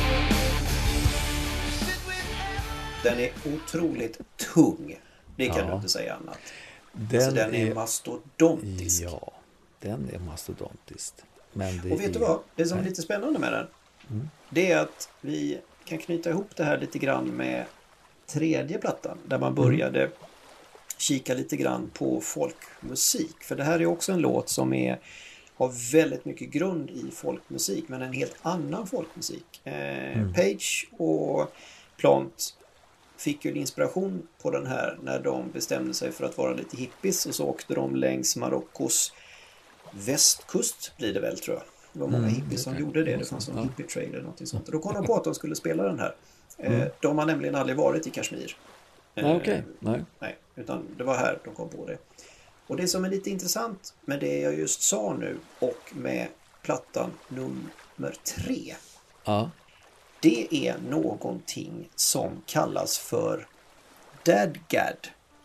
Speaker 5: Sit with heaven.
Speaker 2: Den är otroligt tung. Det kan
Speaker 1: Ja.
Speaker 2: du inte säga annat.
Speaker 1: Den,
Speaker 2: alltså den är, mastodontisk.
Speaker 1: Ja, den är mastodontisk. Men det
Speaker 2: Och vet
Speaker 1: är,
Speaker 2: du vad? Det som är
Speaker 1: Nej.
Speaker 2: lite spännande med den,
Speaker 1: Mm.
Speaker 2: det är att vi kan knyta ihop det här lite grann med tredje plattan, där man började kika lite grann på folkmusik. För det här är också en låt som är, har väldigt mycket grund i folkmusik, men en helt annan folkmusik. Eh,
Speaker 1: Mm.
Speaker 2: Page och Plant fick ju en inspiration på den här när de bestämde sig för att vara lite hippies, och så åkte de längs Marockos västkust, blir det väl, tror jag. Det var många
Speaker 1: Mm,
Speaker 2: hippies som
Speaker 1: okej.
Speaker 2: gjorde det. Det fanns en
Speaker 1: Ja.
Speaker 2: hippie-trail eller något sånt. Och då kom de på att de skulle spela den här. Eh,
Speaker 1: Mm.
Speaker 2: De har nämligen aldrig varit i Kashmir. Eh,
Speaker 1: Nej, okej. Nej.
Speaker 2: Nej, utan det var här de kom på det. Och det som är lite intressant med det jag just sa nu och med plattan nummer tre,
Speaker 1: Ja.
Speaker 2: det är någonting som kallas för Dadgad.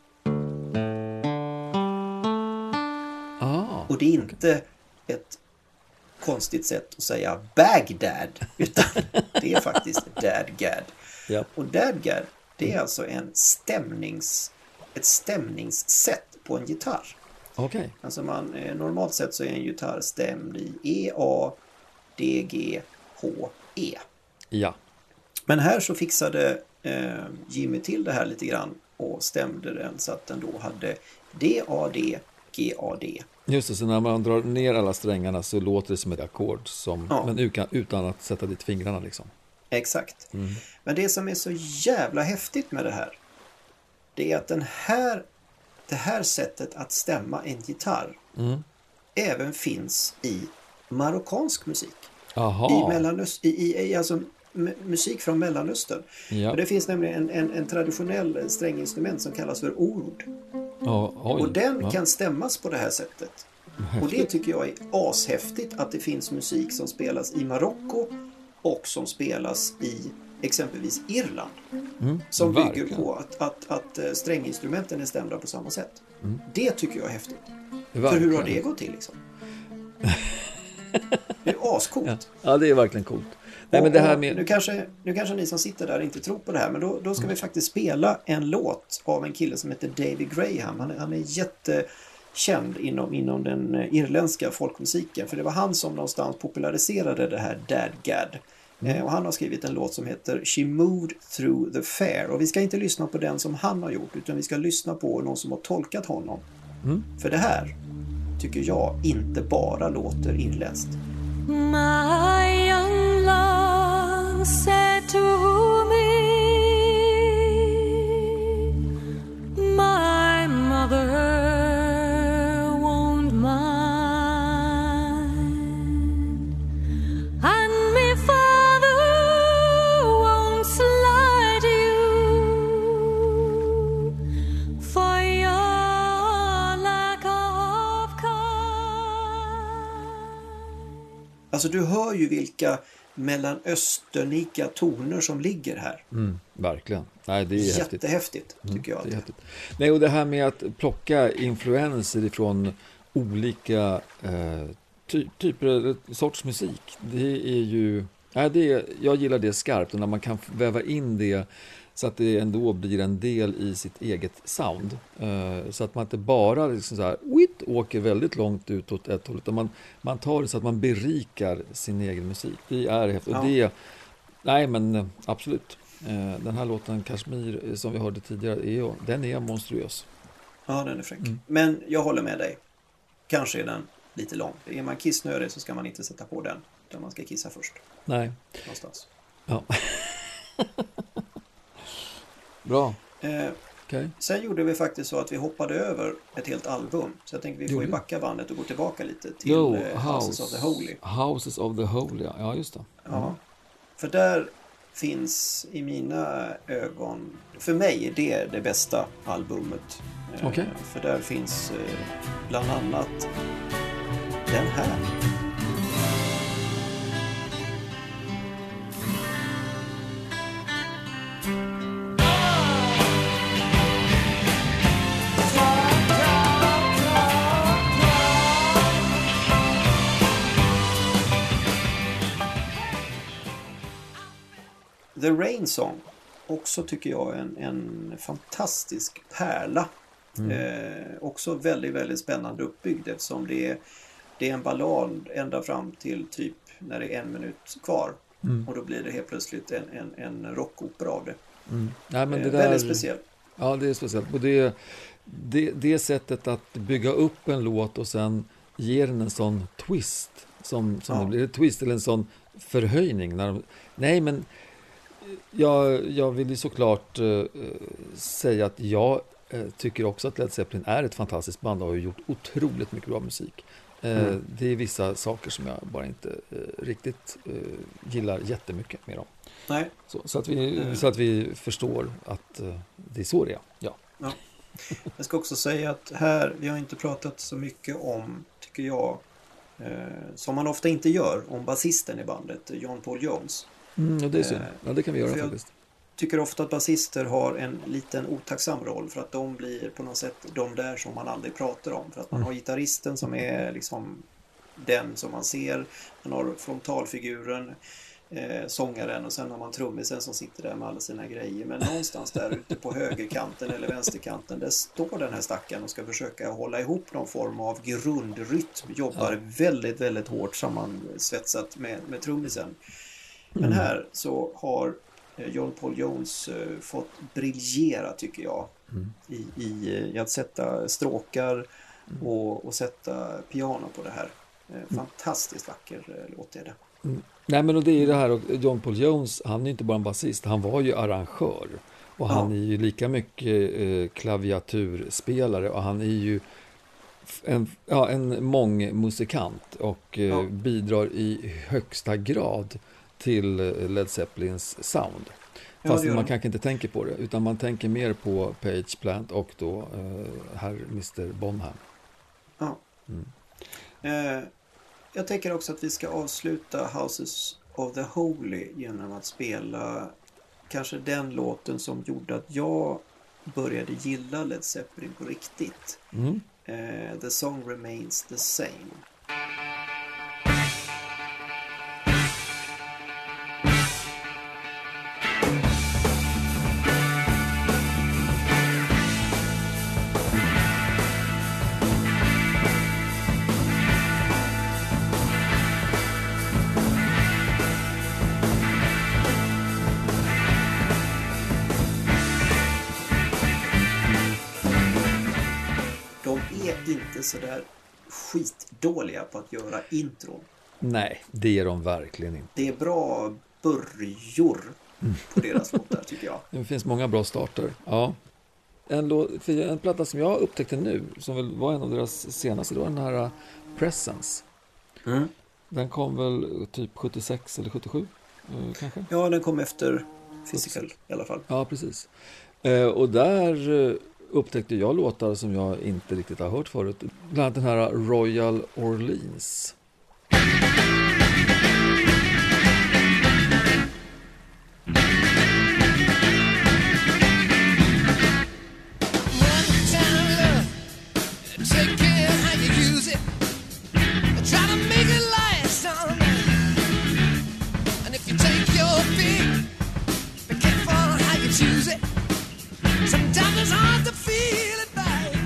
Speaker 1: Ah.
Speaker 2: Och det är inte ett konstigt sätt att säga Bagdad, utan det är faktiskt Dadgad.
Speaker 1: Ja.
Speaker 2: Och Dadgad, det är alltså en stämnings, ett stämningssätt på en gitarr.
Speaker 1: Okej.
Speaker 2: Alltså man, eh, normalt sett så är en gitarr stämd i E, A, D, G, H, E.
Speaker 1: Ja.
Speaker 2: Men här så fixade eh, Jimmy till det här lite grann och stämde den så att den då hade D, A, D, G, A, D.
Speaker 1: Just det, så när man drar ner alla strängarna så låter det som ett ackord, som,
Speaker 2: Ja.
Speaker 1: men utan, utan att sätta dit fingrarna liksom.
Speaker 2: Exakt.
Speaker 1: Mm.
Speaker 2: Men det som är så jävla häftigt med det här, det är att den här, det här sättet att stämma en gitarr
Speaker 1: Mm.
Speaker 2: även finns i marockansk musik.
Speaker 1: Aha.
Speaker 2: I, Mellanöst, i, i, i alltså m- musik från Mellanöstern.
Speaker 1: Ja.
Speaker 2: Och det finns nämligen en, en, en traditionell stränginstrument som kallas för oud.
Speaker 1: Ja, oj.
Speaker 2: Och den
Speaker 1: Ja.
Speaker 2: kan stämmas på det här sättet. Och det tycker jag är ashäftigt, att det finns musik som spelas i Marocko och som spelas i exempelvis Irland.
Speaker 1: Mm,
Speaker 2: Som
Speaker 1: verkligen.
Speaker 2: bygger på att, att, att eh, stränginstrumenten är stämda på samma sätt.
Speaker 1: Mm.
Speaker 2: Det tycker jag är häftigt. För
Speaker 1: Verkligen.
Speaker 2: hur har det gått till liksom? Det är ascoolt.
Speaker 1: Ja. Ja, det är verkligen coolt. Nej,
Speaker 2: Och-
Speaker 1: men det här
Speaker 2: och
Speaker 1: med...
Speaker 2: nu, kanske, nu kanske ni som sitter där inte tror på det här, men då, då ska vi faktiskt spela en låt av en kille som heter David Graham. Han är, han är jättekänd inom, inom den eh, irländska folkmusiken, för det var han som någonstans populariserade det här Dadgad. Eh, och han har skrivit en låt som heter She Moved Through the Fair. Och vi ska inte lyssna på den som han har gjort, utan vi ska lyssna på någon som har tolkat honom.
Speaker 1: Mm.
Speaker 2: För det här tycker jag inte bara låter irländskt.
Speaker 4: My young love said to me, my mother won't mind, and my father won't slight you for your lack of kind.
Speaker 2: Alltså du hör ju vilka mellanösternika toner som ligger här.
Speaker 1: Mm, verkligen. Nej, det är häftigt.
Speaker 2: Jättehäftigt tycker jag.
Speaker 1: Det är
Speaker 2: att
Speaker 1: häftigt. Nej, och det här med att plocka influenser ifrån olika eh, ty- typer eller sorts musik, det är ju... Nej, det är, jag gillar det skarpt, och när man kan väva in det så att det ändå blir en del i sitt eget sound. Eh, så att man inte bara liksom så här, whitt, åker väldigt långt ut åt ett håll, utan man, man tar det så att man berikar sin egen musik. Det är häftigt.
Speaker 2: Ja.
Speaker 1: Och det, nej, men eh, absolut. Eh, den här låten Kashmir eh, som vi hörde tidigare, är, ju- den är monstruös.
Speaker 2: Ja, den är fräck.
Speaker 1: Mm.
Speaker 2: Men jag håller med dig. Kanske är den lite lång. Är man kissnödig så ska man inte sätta på den. Utan man ska kissa först.
Speaker 1: Nej.
Speaker 2: Någonstans.
Speaker 1: Ja. Bra.
Speaker 2: Eh,
Speaker 1: Okej.
Speaker 2: sen gjorde vi faktiskt så att vi hoppade över ett helt album. Så jag tänker vi får
Speaker 1: Gjorde
Speaker 2: ju
Speaker 1: vi?
Speaker 2: backa bandet och gå tillbaka lite till
Speaker 1: Jo,
Speaker 2: eh, Houses of the Holy.
Speaker 1: Houses of the Holy, ja. Ja, just det.
Speaker 2: Ja. För där finns i mina ögon, för mig är det det bästa albumet. Eh,
Speaker 1: Okej.
Speaker 2: För där finns eh, bland annat den här. The Rain Song, också tycker jag en, en fantastisk pärla. Eh, också väldigt, väldigt spännande uppbyggd, eftersom det är, det är en ballad ända fram till typ när det är en minut kvar.
Speaker 1: Mm.
Speaker 2: Och då blir det helt plötsligt en, en, en rockopera av det.
Speaker 1: Mm. Nej, men det
Speaker 2: Eh,
Speaker 1: där,
Speaker 2: Väldigt speciell.
Speaker 1: Ja, det är speciellt. Och det, det, det sättet att bygga upp en låt och sen ge den en sån twist, som, som
Speaker 2: Ja.
Speaker 1: det blir en twist eller en sån förhöjning. När de, nej, men jag, jag vill ju såklart uh, säga att jag uh, tycker också att Led Zeppelin är ett fantastiskt band och har gjort otroligt mycket bra musik. Uh,
Speaker 2: Mm.
Speaker 1: Det är vissa saker som jag bara inte uh, riktigt uh, gillar jättemycket med dem.
Speaker 2: Nej.
Speaker 1: Så, så, att vi,
Speaker 2: Mm.
Speaker 1: så att vi förstår att uh, det är så det är. Ja.
Speaker 2: Jag ska också säga att här, vi har inte pratat så mycket om, tycker jag, eh, som man ofta inte gör, om basisten i bandet, John Paul Jones.
Speaker 1: Mm, och det är synd.
Speaker 2: Eh,
Speaker 1: Ja, det kan vi göra
Speaker 2: för jag-
Speaker 1: faktiskt.
Speaker 2: Tycker ofta att basister har en liten otacksam roll för att de blir på något sätt de där som man aldrig pratar om. För att man
Speaker 1: Mm.
Speaker 2: har gitarristen som är liksom den som man ser, man har frontalfiguren, eh, sångaren och sen har man trummisen som sitter där med alla sina grejer. Men någonstans där ute på högerkanten eller vänsterkanten, där står den här stackaren och ska försöka hålla ihop någon form av grundrytm. Jobbar
Speaker 1: Ja.
Speaker 2: väldigt, väldigt hårt sammansvetsat med, med trummisen. Men
Speaker 1: Mm.
Speaker 2: här så har eh, John Paul Jones eh, fått briljera, tycker jag,
Speaker 1: Mm.
Speaker 2: i, i, i att sätta stråkar och, och sätta piano på det här. Eh, fantastiskt vacker eh, låt är det.
Speaker 1: Nej, men och det är ju det här, och John Paul Jones, han är ju inte bara en basist, han var ju arrangör. Och han
Speaker 2: Ja.
Speaker 1: är ju lika mycket eh, klaviaturspelare och han är ju f- en, ja, en mångmusikant och eh,
Speaker 2: Ja.
Speaker 1: bidrar i högsta grad till eh, Led Zeppelins sound.
Speaker 2: Ja,
Speaker 1: Fast
Speaker 2: det gör
Speaker 1: man
Speaker 2: han.
Speaker 1: kanske inte tänker på det, utan man tänker mer på Page Plant och då eh, herr mister Bonham.
Speaker 2: Ja.
Speaker 1: Mm.
Speaker 2: Eh, jag tänker också att vi ska avsluta Houses of the Holy genom att spela kanske den låten som gjorde att jag började gilla Led Zeppelin på riktigt.
Speaker 1: Mm.
Speaker 2: Eh, the Song Remains the Same. De är inte så där skitdåliga på att göra intron.
Speaker 1: Nej, det är de verkligen inte.
Speaker 2: Det är bra börjor på deras låtar, tycker jag.
Speaker 1: Det finns många bra starter. Ja. En, lå- för en platta som jag upptäckte nu, som väl var en av deras senaste, det var den här uh, Presence.
Speaker 2: Mm.
Speaker 1: Den kom väl typ sjuttiosex eller sjuttiosju, eh, kanske?
Speaker 2: Ja, den kom efter Physical i alla fall.
Speaker 1: Ja, precis. Eh, och där eh, upptäckte jag låtar som jag inte riktigt har hört förut. Bland annat den här Royal Orleans.
Speaker 5: One time love, take care how you use it. Try to make it last all night. And if you take your pick, be careful how you choose it. Sometimes it's hard to feel it right.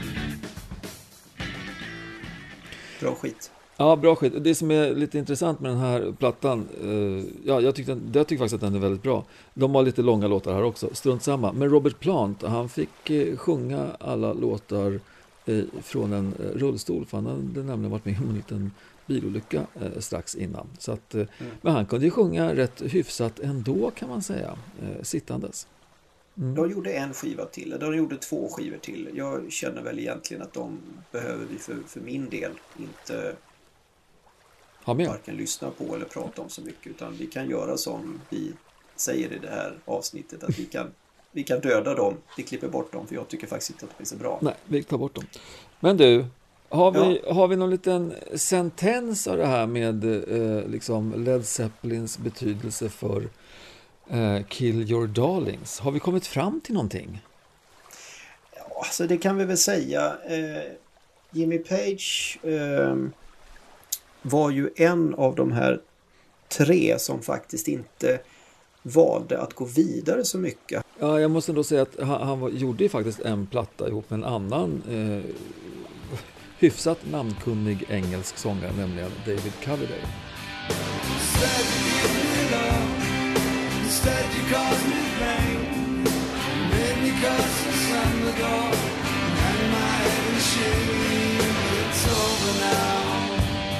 Speaker 2: Bra skit.
Speaker 1: Ja, bra skit. Det som är lite intressant med den här plattan, eh, ja, jag tyckte, jag tycker faktiskt att den är väldigt bra. De har lite långa låtar här också, strunt samma. Men Robert Plant, han fick eh, sjunga alla låtar eh, från en eh, rullstol, för han hade nämligen varit med om en liten bilolycka eh, strax innan. Så att, eh,
Speaker 2: Mm.
Speaker 1: Men han kunde ju sjunga rätt hyfsat ändå, kan man säga, eh, sittandes. Mm.
Speaker 2: De gjorde en skiva till, de gjorde två skivor till. Jag känner väl egentligen att de behöver vi för, för min del inte
Speaker 1: Ha med.
Speaker 2: varken lyssna på eller prata om så mycket, utan vi kan göra som vi säger i det här avsnittet, att vi kan, vi kan döda dem, vi klipper bort dem, för jag tycker faktiskt inte att de är så bra.
Speaker 1: Nej, vi tar bort dem. Men du, har vi, har vi någon liten sentens av det här med eh, liksom Led Zeppelins betydelse för eh, Kill Your Darlings? Har vi kommit fram till någonting?
Speaker 2: Ja, så det kan vi väl säga. Eh, Jimmy Page eh, var ju en av de här tre som faktiskt inte valde att gå vidare så mycket.
Speaker 1: Ja, jag måste ändå säga att han, han var, gjorde ju faktiskt en platta ihop med en annan eh, hyfsat namnkunnig engelsk sångare, nämligen David Coverdale.
Speaker 5: Instead you give me love, instead you cause me pain. Then you 'cause I slammed the door and my head is shaking. It's over now.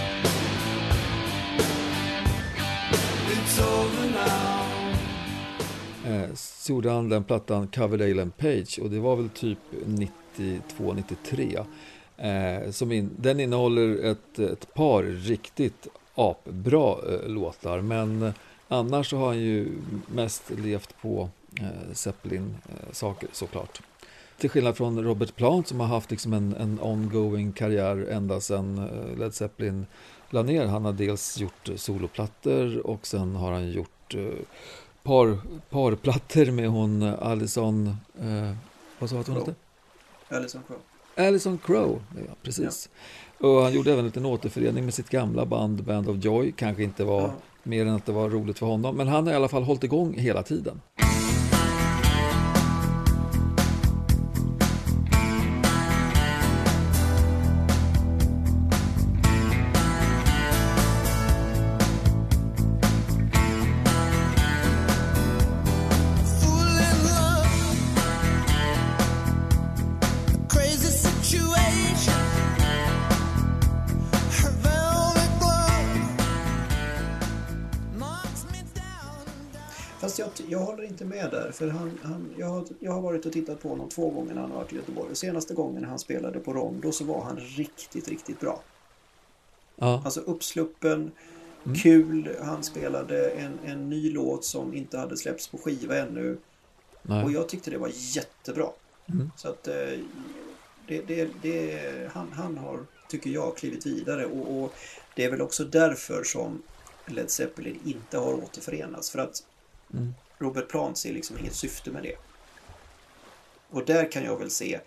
Speaker 5: It's over now.
Speaker 1: Eh, så gjorde han den plattan Coverdale and Page, och det var väl typ nittiotvå nittiotre. Eh, som in, den innehåller ett, ett par riktigt apbra eh, låtar, men eh, annars så har han ju mest levt på eh, Zeppelin-saker eh, såklart. Till skillnad från Robert Plant som har haft liksom en, en ongoing karriär ända sedan eh, Led Zeppelin la ner. Han har dels gjort soloplattor och sen har han gjort eh, par, parplattor med hon Alison, eh, vad sa du att hon hette?
Speaker 2: Alison Crow.
Speaker 1: Alison Crow, ja, precis. Ja. Och han gjorde även en liten återförening med sitt gamla band Band of Joy. Kanske inte var ja. mer än att det var roligt för honom, men han har i alla fall hållit igång hela tiden.
Speaker 2: Fast jag, jag håller inte med där, för han, han, jag, har, jag har varit och tittat på honom två gånger när han har varit i Göteborg. Och senaste gången han spelade på Rondo så var han riktigt, riktigt bra.
Speaker 1: Ja.
Speaker 2: Alltså uppsluppen,
Speaker 1: mm.
Speaker 2: kul, han spelade en, en ny låt som inte hade släppts på skiva ännu. Nej. Och jag tyckte det var jättebra. Mm. Så att det, det, det, han, han har, tycker jag, klivit vidare. Och, och det är väl också därför som Led Zeppelin inte har återförenats. För att Mm. Robert Plant ser liksom inget syfte med det. Och där kan jag väl se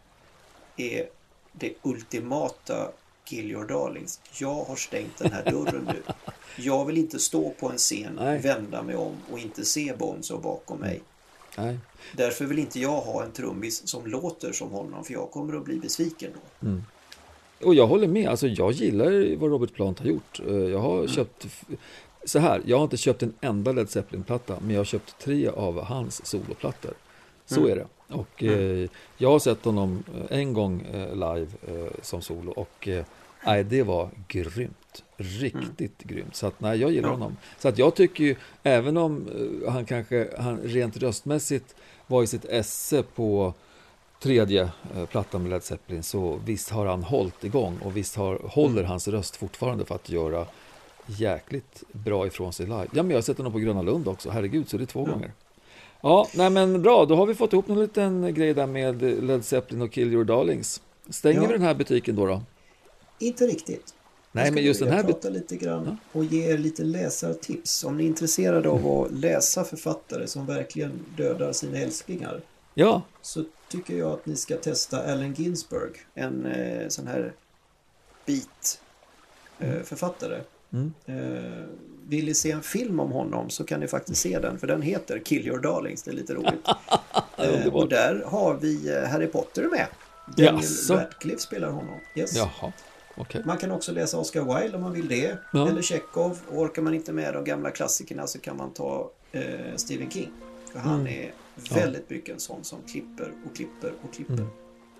Speaker 2: är det ultimata Kill Your Darlings. Jag har stängt den här dörren nu. Jag vill inte stå på en scen, Nej. vända mig om och inte se Bonzo bakom mig. Nej. Därför vill inte jag ha en trummis som låter som honom, för jag kommer att bli besviken då.
Speaker 1: Mm. Och jag håller med, alltså jag gillar vad Robert Plant har gjort. Jag har mm. köpt... Så här, jag har inte köpt en enda Led Zeppelin-platta, men jag har köpt tre av hans soloplattor. Så mm. är det. Och mm. eh, jag har sett honom en gång eh, live eh, som solo, och eh, nej, det var grymt. Riktigt mm. grymt. Så att nej, jag gillar ja. honom. Så att jag tycker ju, även om eh, han kanske han rent röstmässigt var i sitt esse på tredje eh, plattan med Led Zeppelin, så visst har han hållit igång, och visst har, håller mm. hans röst fortfarande för att göra jäkligt bra ifrån sig live. Ja, men jag har sett honom på Gröna Lund också. Herregud, så det är två mm. gånger. Ja, nej men bra. Då har vi fått ihop en liten grej där med Led Zeppelin och Kill Your Darlings. Stänger ja. vi den här butiken då då?
Speaker 2: Inte riktigt.
Speaker 1: Nej, men just den här
Speaker 2: prata lite grann ja. och ge er lite läsartips. Om ni är intresserade av att läsa författare som verkligen dödar sina älsklingar.
Speaker 1: Ja.
Speaker 2: Så tycker jag att ni ska testa Allen Ginsberg. En eh, sån här beat eh, författare. Mm. Eh, vill ni se en film om honom så kan ni faktiskt se den, för den heter Kill Your Darlings. Det är lite roligt. eh, och där har vi Harry Potter med. Daniel
Speaker 1: Jaså.
Speaker 2: Radcliffe spelar honom. Yes.
Speaker 1: Jaha. Okay.
Speaker 2: Man kan också läsa Oscar Wilde om man vill det. Ja. Eller Chekhov. Och orkar man inte med de gamla klassikerna så kan man ta eh, Stephen King. För han mm. är väldigt ja. mycket en sån som klipper och klipper och klipper. Mm.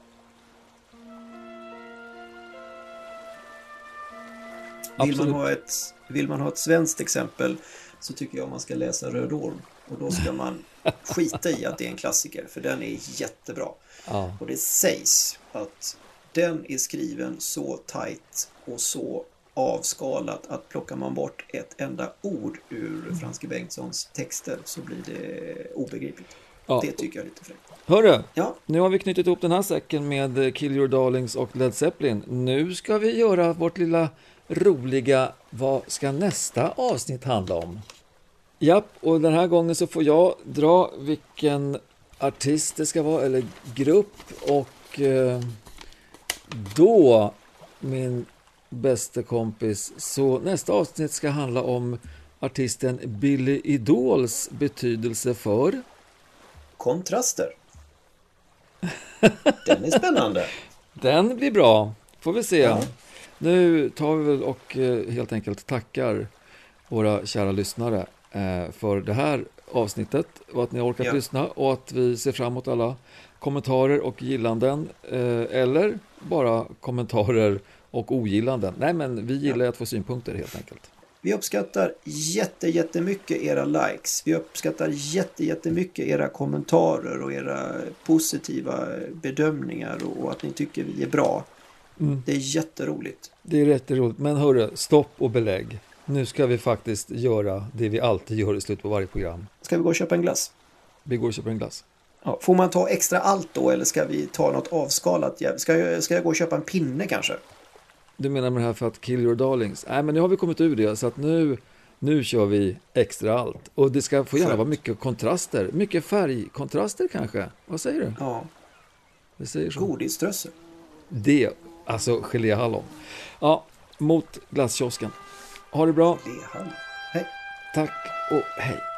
Speaker 2: Vill man, ha ett, vill man ha ett svenskt exempel så tycker jag man ska läsa Röd Orm. Och då ska man skita i att det är en klassiker, för den är jättebra. Ja. Och det sägs att den är skriven så tajt och så avskalat att plockar man bort ett enda ord ur Franske Bengtssons texter så blir det obegripligt. Ja. Det tycker jag är lite fräckt.
Speaker 1: Hörru, ja. nu har vi knutit ihop den här säcken med Kill Your Darlings och Led Zeppelin. Nu ska vi göra vårt lilla roliga vad ska nästa avsnitt handla om? Japp, och den här gången så får jag dra vilken artist det ska vara, eller grupp, och eh, då, min bästa kompis, så nästa avsnitt ska handla om artisten Billy Idols betydelse för
Speaker 2: kontraster. Den är spännande.
Speaker 1: Den blir bra, får vi se. Ja. Nu tar vi väl och helt enkelt tackar våra kära lyssnare. eh, för det här avsnittet och att ni har orkat
Speaker 2: Ja.
Speaker 1: lyssna och att vi ser fram emot alla kommentarer och gillanden eh, eller bara kommentarer och ogillanden. Nej, men vi gillar
Speaker 2: Ja.
Speaker 1: att få synpunkter helt enkelt.
Speaker 2: Vi uppskattar jätte, jättemycket era likes. Vi uppskattar jätte, jättemycket era kommentarer och era positiva bedömningar och att ni tycker vi är bra.
Speaker 1: Mm.
Speaker 2: Det är jätteroligt.
Speaker 1: Det är rätt roligt. Men hörru, stopp och belägg. Nu ska vi faktiskt göra det vi alltid gör i slutet på varje program.
Speaker 2: Ska vi gå och köpa en glass?
Speaker 1: Vi går och köper en glass.
Speaker 2: Ja, får man ta extra allt då eller ska vi ta något avskalat? Ska jag, ska jag gå och köpa en pinne kanske?
Speaker 1: Du menar med det här för att kill your darlings? Nej, men nu har vi kommit ur det så att nu, nu kör vi extra allt. Och det ska få gärna
Speaker 2: Skönt.
Speaker 1: vara mycket kontraster. Mycket färgkontraster kanske. Vad säger du?
Speaker 2: Ja,
Speaker 1: Vi säger så.
Speaker 2: godisströssel.
Speaker 1: Det, alltså geléhallon. Ja, mot glasskiosken. Ha det bra.
Speaker 2: Det är han. Hej.
Speaker 1: Tack och hej.